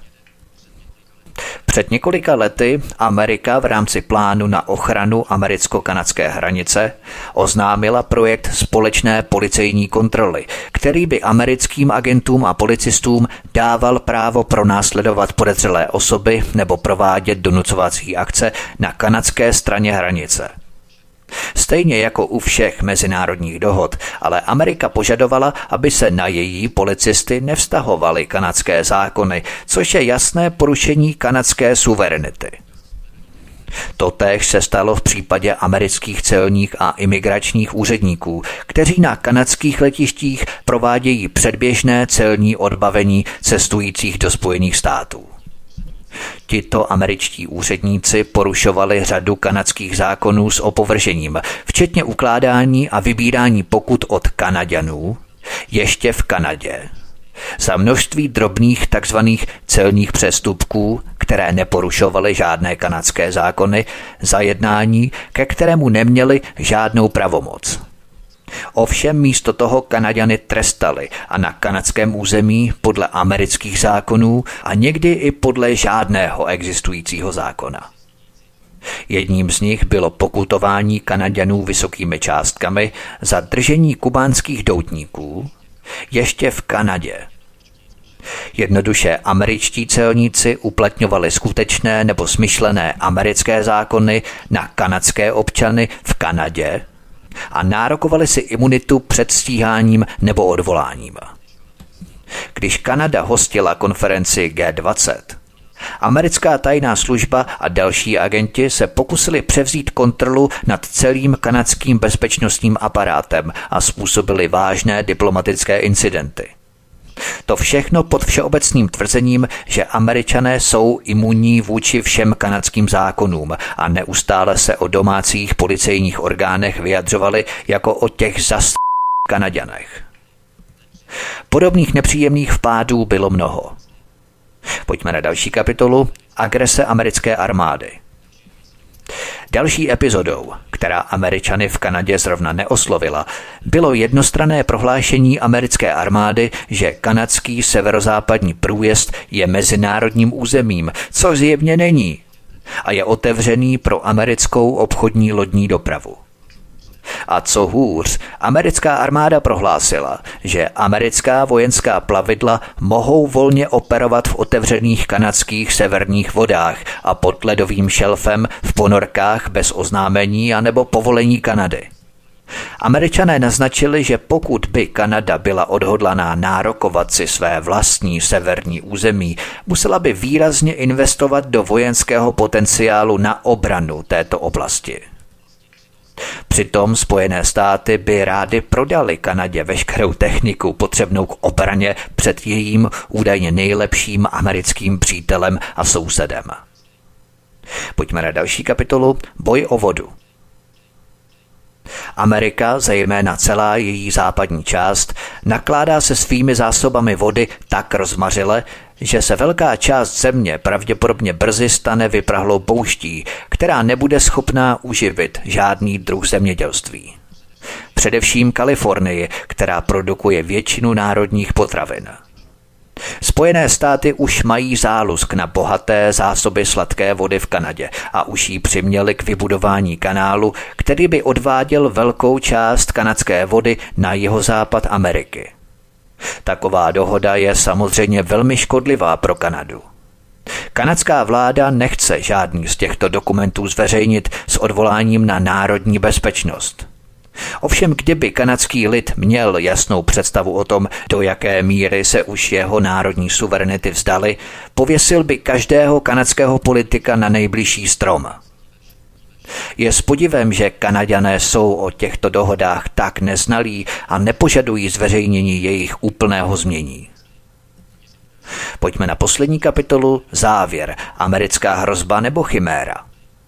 Před několika lety Amerika v rámci plánu na ochranu americko-kanadské hranice oznámila projekt společné policejní kontroly, který by americkým agentům a policistům dával právo pronásledovat podezřelé osoby nebo provádět donucovací akce na kanadské straně hranice. Stejně jako u všech mezinárodních dohod, ale Amerika požadovala, aby se na její policisty nevztahovaly kanadské zákony, což je jasné porušení kanadské suverenity. Totéž se stalo v případě amerických celních a imigračních úředníků, kteří na kanadských letištích provádějí předběžné celní odbavení cestujících do Spojených států. Tito američtí úředníci porušovali řadu kanadských zákonů s opovržením, včetně ukládání a vybírání pokut od Kanaďanů, ještě v Kanadě, za množství drobných takzvaných celních přestupků, které neporušovaly žádné kanadské zákony, za jednání, ke kterému neměli žádnou pravomoc. Ovšem místo toho Kanaďany trestali a na kanadském území podle amerických zákonů a někdy i podle žádného existujícího zákona. Jedním z nich bylo pokutování Kanaďanů vysokými částkami za držení kubánských doutníků ještě v Kanadě. Jednoduše američtí celníci uplatňovali skutečné nebo smyšlené americké zákony na kanadské občany v Kanadě, a nárokovali si imunitu před stíháním nebo odvoláním. Když Kanada hostila konferenci G20, americká tajná služba a další agenti se pokusili převzít kontrolu nad celým kanadským bezpečnostním aparátem a způsobili vážné diplomatické incidenty. To všechno pod všeobecným tvrzením, že Američané jsou imunní vůči všem kanadským zákonům a neustále se o domácích policejních orgánech vyjadřovali jako o těch Kanaďanech. Podobných nepříjemných vpádů bylo mnoho. Pojďme na další kapitolu. Agrese americké armády. Další epizodou, která Američany v Kanadě zrovna neoslovila, bylo jednostranné prohlášení americké armády, že kanadský severozápadní průjezd je mezinárodním územím, což zjevně není, a je otevřený pro americkou obchodní lodní dopravu. A co hůř, americká armáda prohlásila, že americká vojenská plavidla mohou volně operovat v otevřených kanadských severních vodách a pod ledovým šelfem v ponorkách bez oznámení anebo povolení Kanady. Američané naznačili, že pokud by Kanada byla odhodlaná nárokovat si své vlastní severní území, musela by výrazně investovat do vojenského potenciálu na obranu této oblasti. Přitom Spojené státy by rády prodali Kanadě veškerou techniku potřebnou k obraně před jejím údajně nejlepším americkým přítelem a sousedem. Pojďme na další kapitolu. Boj o vodu. Amerika, zejména celá její západní část, nakládá se svými zásobami vody tak rozmařile, že se velká část země pravděpodobně brzy stane vyprahlou pouští, která nebude schopná uživit žádný druh zemědělství. Především Kalifornii, která produkuje většinu národních potravin. Spojené státy už mají zálusk na bohaté zásoby sladké vody v Kanadě a už jí přiměli k vybudování kanálu, který by odváděl velkou část kanadské vody na jihozápad Ameriky. Taková dohoda je samozřejmě velmi škodlivá pro Kanadu. Kanadská vláda nechce žádný z těchto dokumentů zveřejnit s odvoláním na národní bezpečnost. Ovšem, kdyby kanadský lid měl jasnou představu o tom, do jaké míry se už jeho národní suverenity vzdali, pověsil by každého kanadského politika na nejbližší strom. Je s podivem, že Kanaďané jsou o těchto dohodách tak neznalí a nepožadují zveřejnění jejich úplného znění. Pojďme na poslední kapitolu, závěr, americká hrozba nebo chiméra.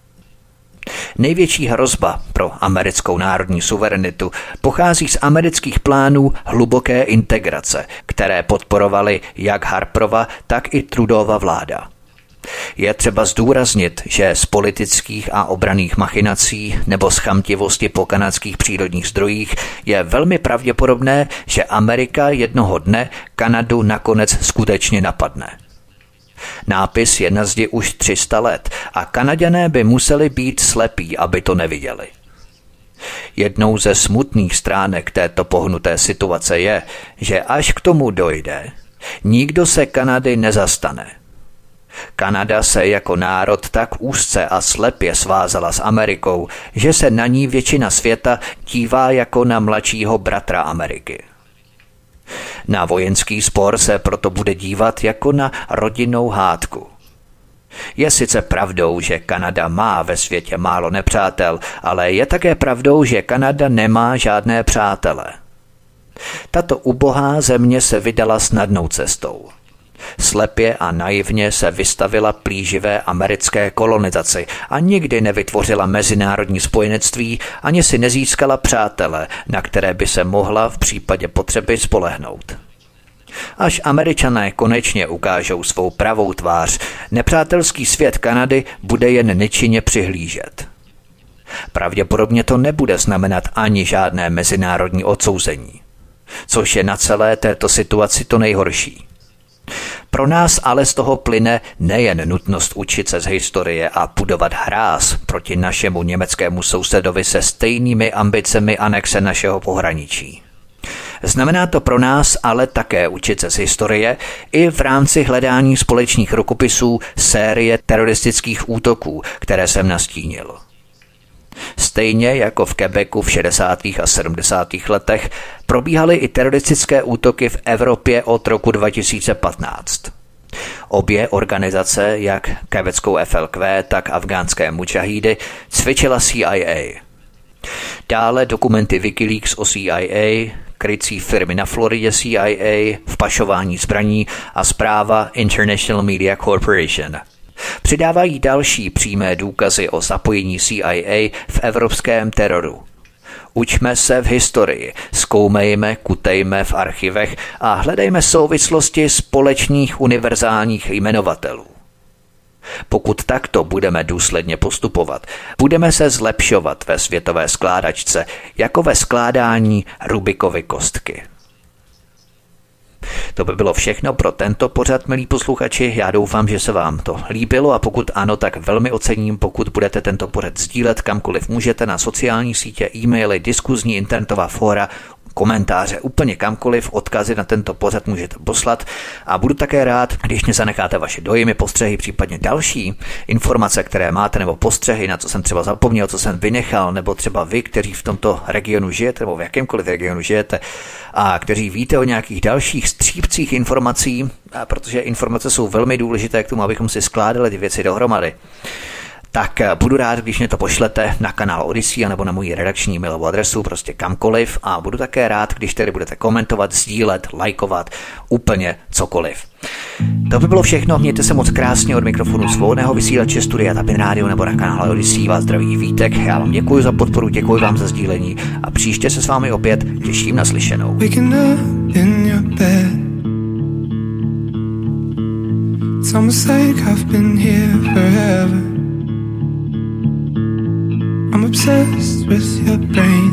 Největší hrozba pro americkou národní suverenitu pochází z amerických plánů hluboké integrace, které podporovaly jak Harperova, tak i Trudeauova vláda. Je třeba zdůraznit, že z politických a obranných machinací nebo z chamtivosti po kanadských přírodních zdrojích je velmi pravděpodobné, že Amerika jednoho dne Kanadu nakonec skutečně napadne. Nápis je na zdi už 300 let a Kanaďané by museli být slepí, aby to neviděli. Jednou ze smutných stránek této pohnuté situace je, že až k tomu dojde, nikdo se Kanady nezastane. Kanada se jako národ tak úzce a slepě svázala s Amerikou, že se na ní většina světa dívá jako na mladšího bratra Ameriky. Na vojenský spor se proto bude dívat jako na rodinnou hádku. Je sice pravdou, že Kanada má ve světě málo nepřátel, ale je také pravdou, že Kanada nemá žádné přátele. Tato ubohá země se vydala snadnou cestou. Slepě a naivně se vystavila plíživé americké kolonizaci a nikdy nevytvořila mezinárodní spojenectví ani si nezískala přátele, na které by se mohla v případě potřeby spolehnout. Až Američané konečně ukážou svou pravou tvář, nepřátelský svět Kanady bude jen nečinně přihlížet. Pravděpodobně to nebude znamenat ani žádné mezinárodní odsouzení, což je na celé této situaci to nejhorší. Pro nás ale z toho plyne nejen nutnost učit se z historie a budovat hráz proti našemu německému sousedovi se stejnými ambicemi anexe našeho pohraničí. Znamená to pro nás ale také učit se z historie i v rámci hledání společných rukopisů série teroristických útoků, které jsem nastínil. Stejně jako v Quebecu v 60. a 70. letech probíhaly i teroristické útoky v Evropě od roku 2015. Obě organizace, jak quebeckou FLQ, tak afgánské mudžahídy, cvičila CIA. Dále dokumenty Wikileaks o CIA, krycí firmy na Floridě CIA, vpašování zbraní a zpráva International Media Corporation přidávají další přímé důkazy o zapojení CIA v evropském teroru. Učme se v historii, zkoumejme, kutejme v archivech a hledejme souvislosti společných univerzálních jmenovatelů. Pokud takto budeme důsledně postupovat, budeme se zlepšovat ve světové skládačce, jako ve skládání Rubikovy kostky. To by bylo všechno pro tento pořad, milí posluchači. Já doufám, že se vám to líbilo a pokud ano, tak velmi ocením, pokud budete tento pořad sdílet kamkoliv můžete na sociální sítě, e-maily, diskuzní internetová fóra, komentáře, úplně kamkoliv, odkazy na tento pořad můžete poslat a budu také rád, když mě zanecháte vaše dojmy, postřehy, případně další informace, které máte, nebo postřehy, na co jsem třeba zapomněl, co jsem vynechal, nebo třeba vy, kteří v tomto regionu žijete, nebo v jakémkoliv regionu žijete a kteří víte o nějakých dalších střípcích informací, protože informace jsou velmi důležité k tomu, abychom si skládali ty věci dohromady. Tak budu rád, když mě to pošlete na kanál Odyssey nebo na moji redakční mailovou adresu, prostě kamkoliv, a budu také rád, když tedy budete komentovat, sdílet, lajkovat, úplně cokoliv. To by bylo všechno, mějte se moc krásně. Od mikrofonu svobodného vysílače Studia Tapin Radio nebo na kanále Odyssey vás zdraví Vítek. Já vám děkuji za podporu, děkuji vám za sdílení a příště se s vámi opět těším na slyšenou. I'm obsessed with your brain,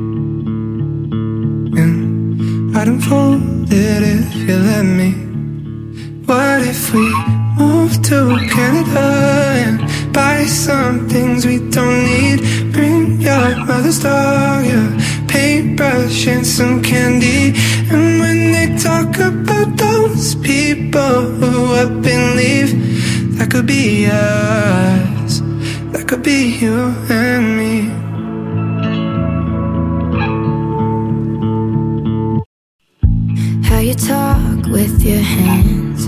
and I'd unfold it if you let me. What if we move to Canada and buy some things we don't need? Bring your mother's dog, your paintbrush and some candy. And when they talk about those people who up and leave, that could be us. That could be you and me. How you talk with your hands,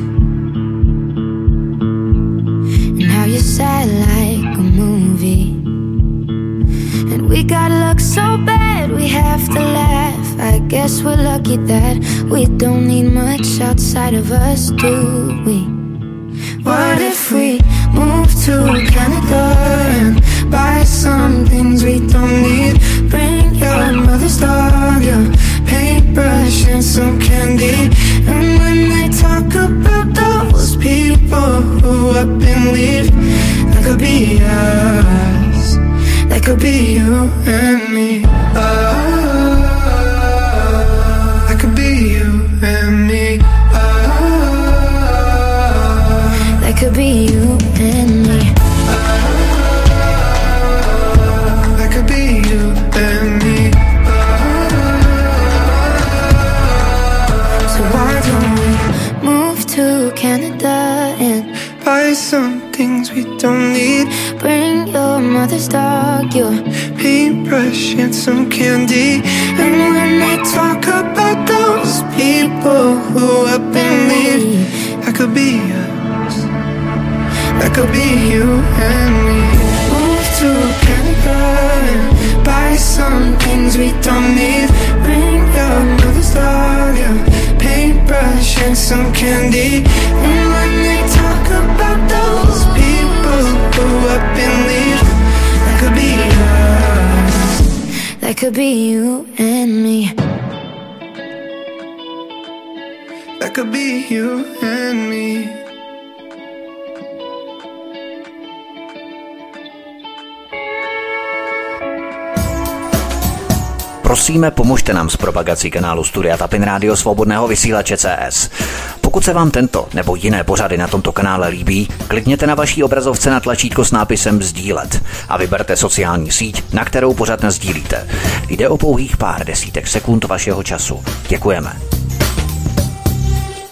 and how you sad like a movie. And we got luck so bad we have to laugh. I guess we're lucky that we don't need much outside of us, do we? What if we move to Canada and buy some things we don't need? Bring your mother's dog, your paintbrush and some candy. And when they talk about those people who up and leave, that could be us, that could be you and me. That could be you and me. That could be you and me. That could be you and me. So why don't we move to Canada and buy some things we don't need? Bring your mother's dog, your paintbrush and some candy. And when they talk about those people who up and leave, that could be us. That could be you and me. Move to Canada and buy some things we don't need. Bring your mother's dog, your paintbrush and some candy. And when they talk about those people who up and leave, that could be us. That could be you and me. That could be you and me. Prosíme, pomožte nám s propagací kanálu Studia Tapin Radio Svobodného vysílače CS. Pokud se vám tento nebo jiné pořady na tomto kanále líbí, klikněte na vaší obrazovce na tlačítko s nápisem sdílet a vyberte sociální síť, na kterou pořad nasdílíte. Jde o pouhých pár desítek sekund vašeho času. Děkujeme.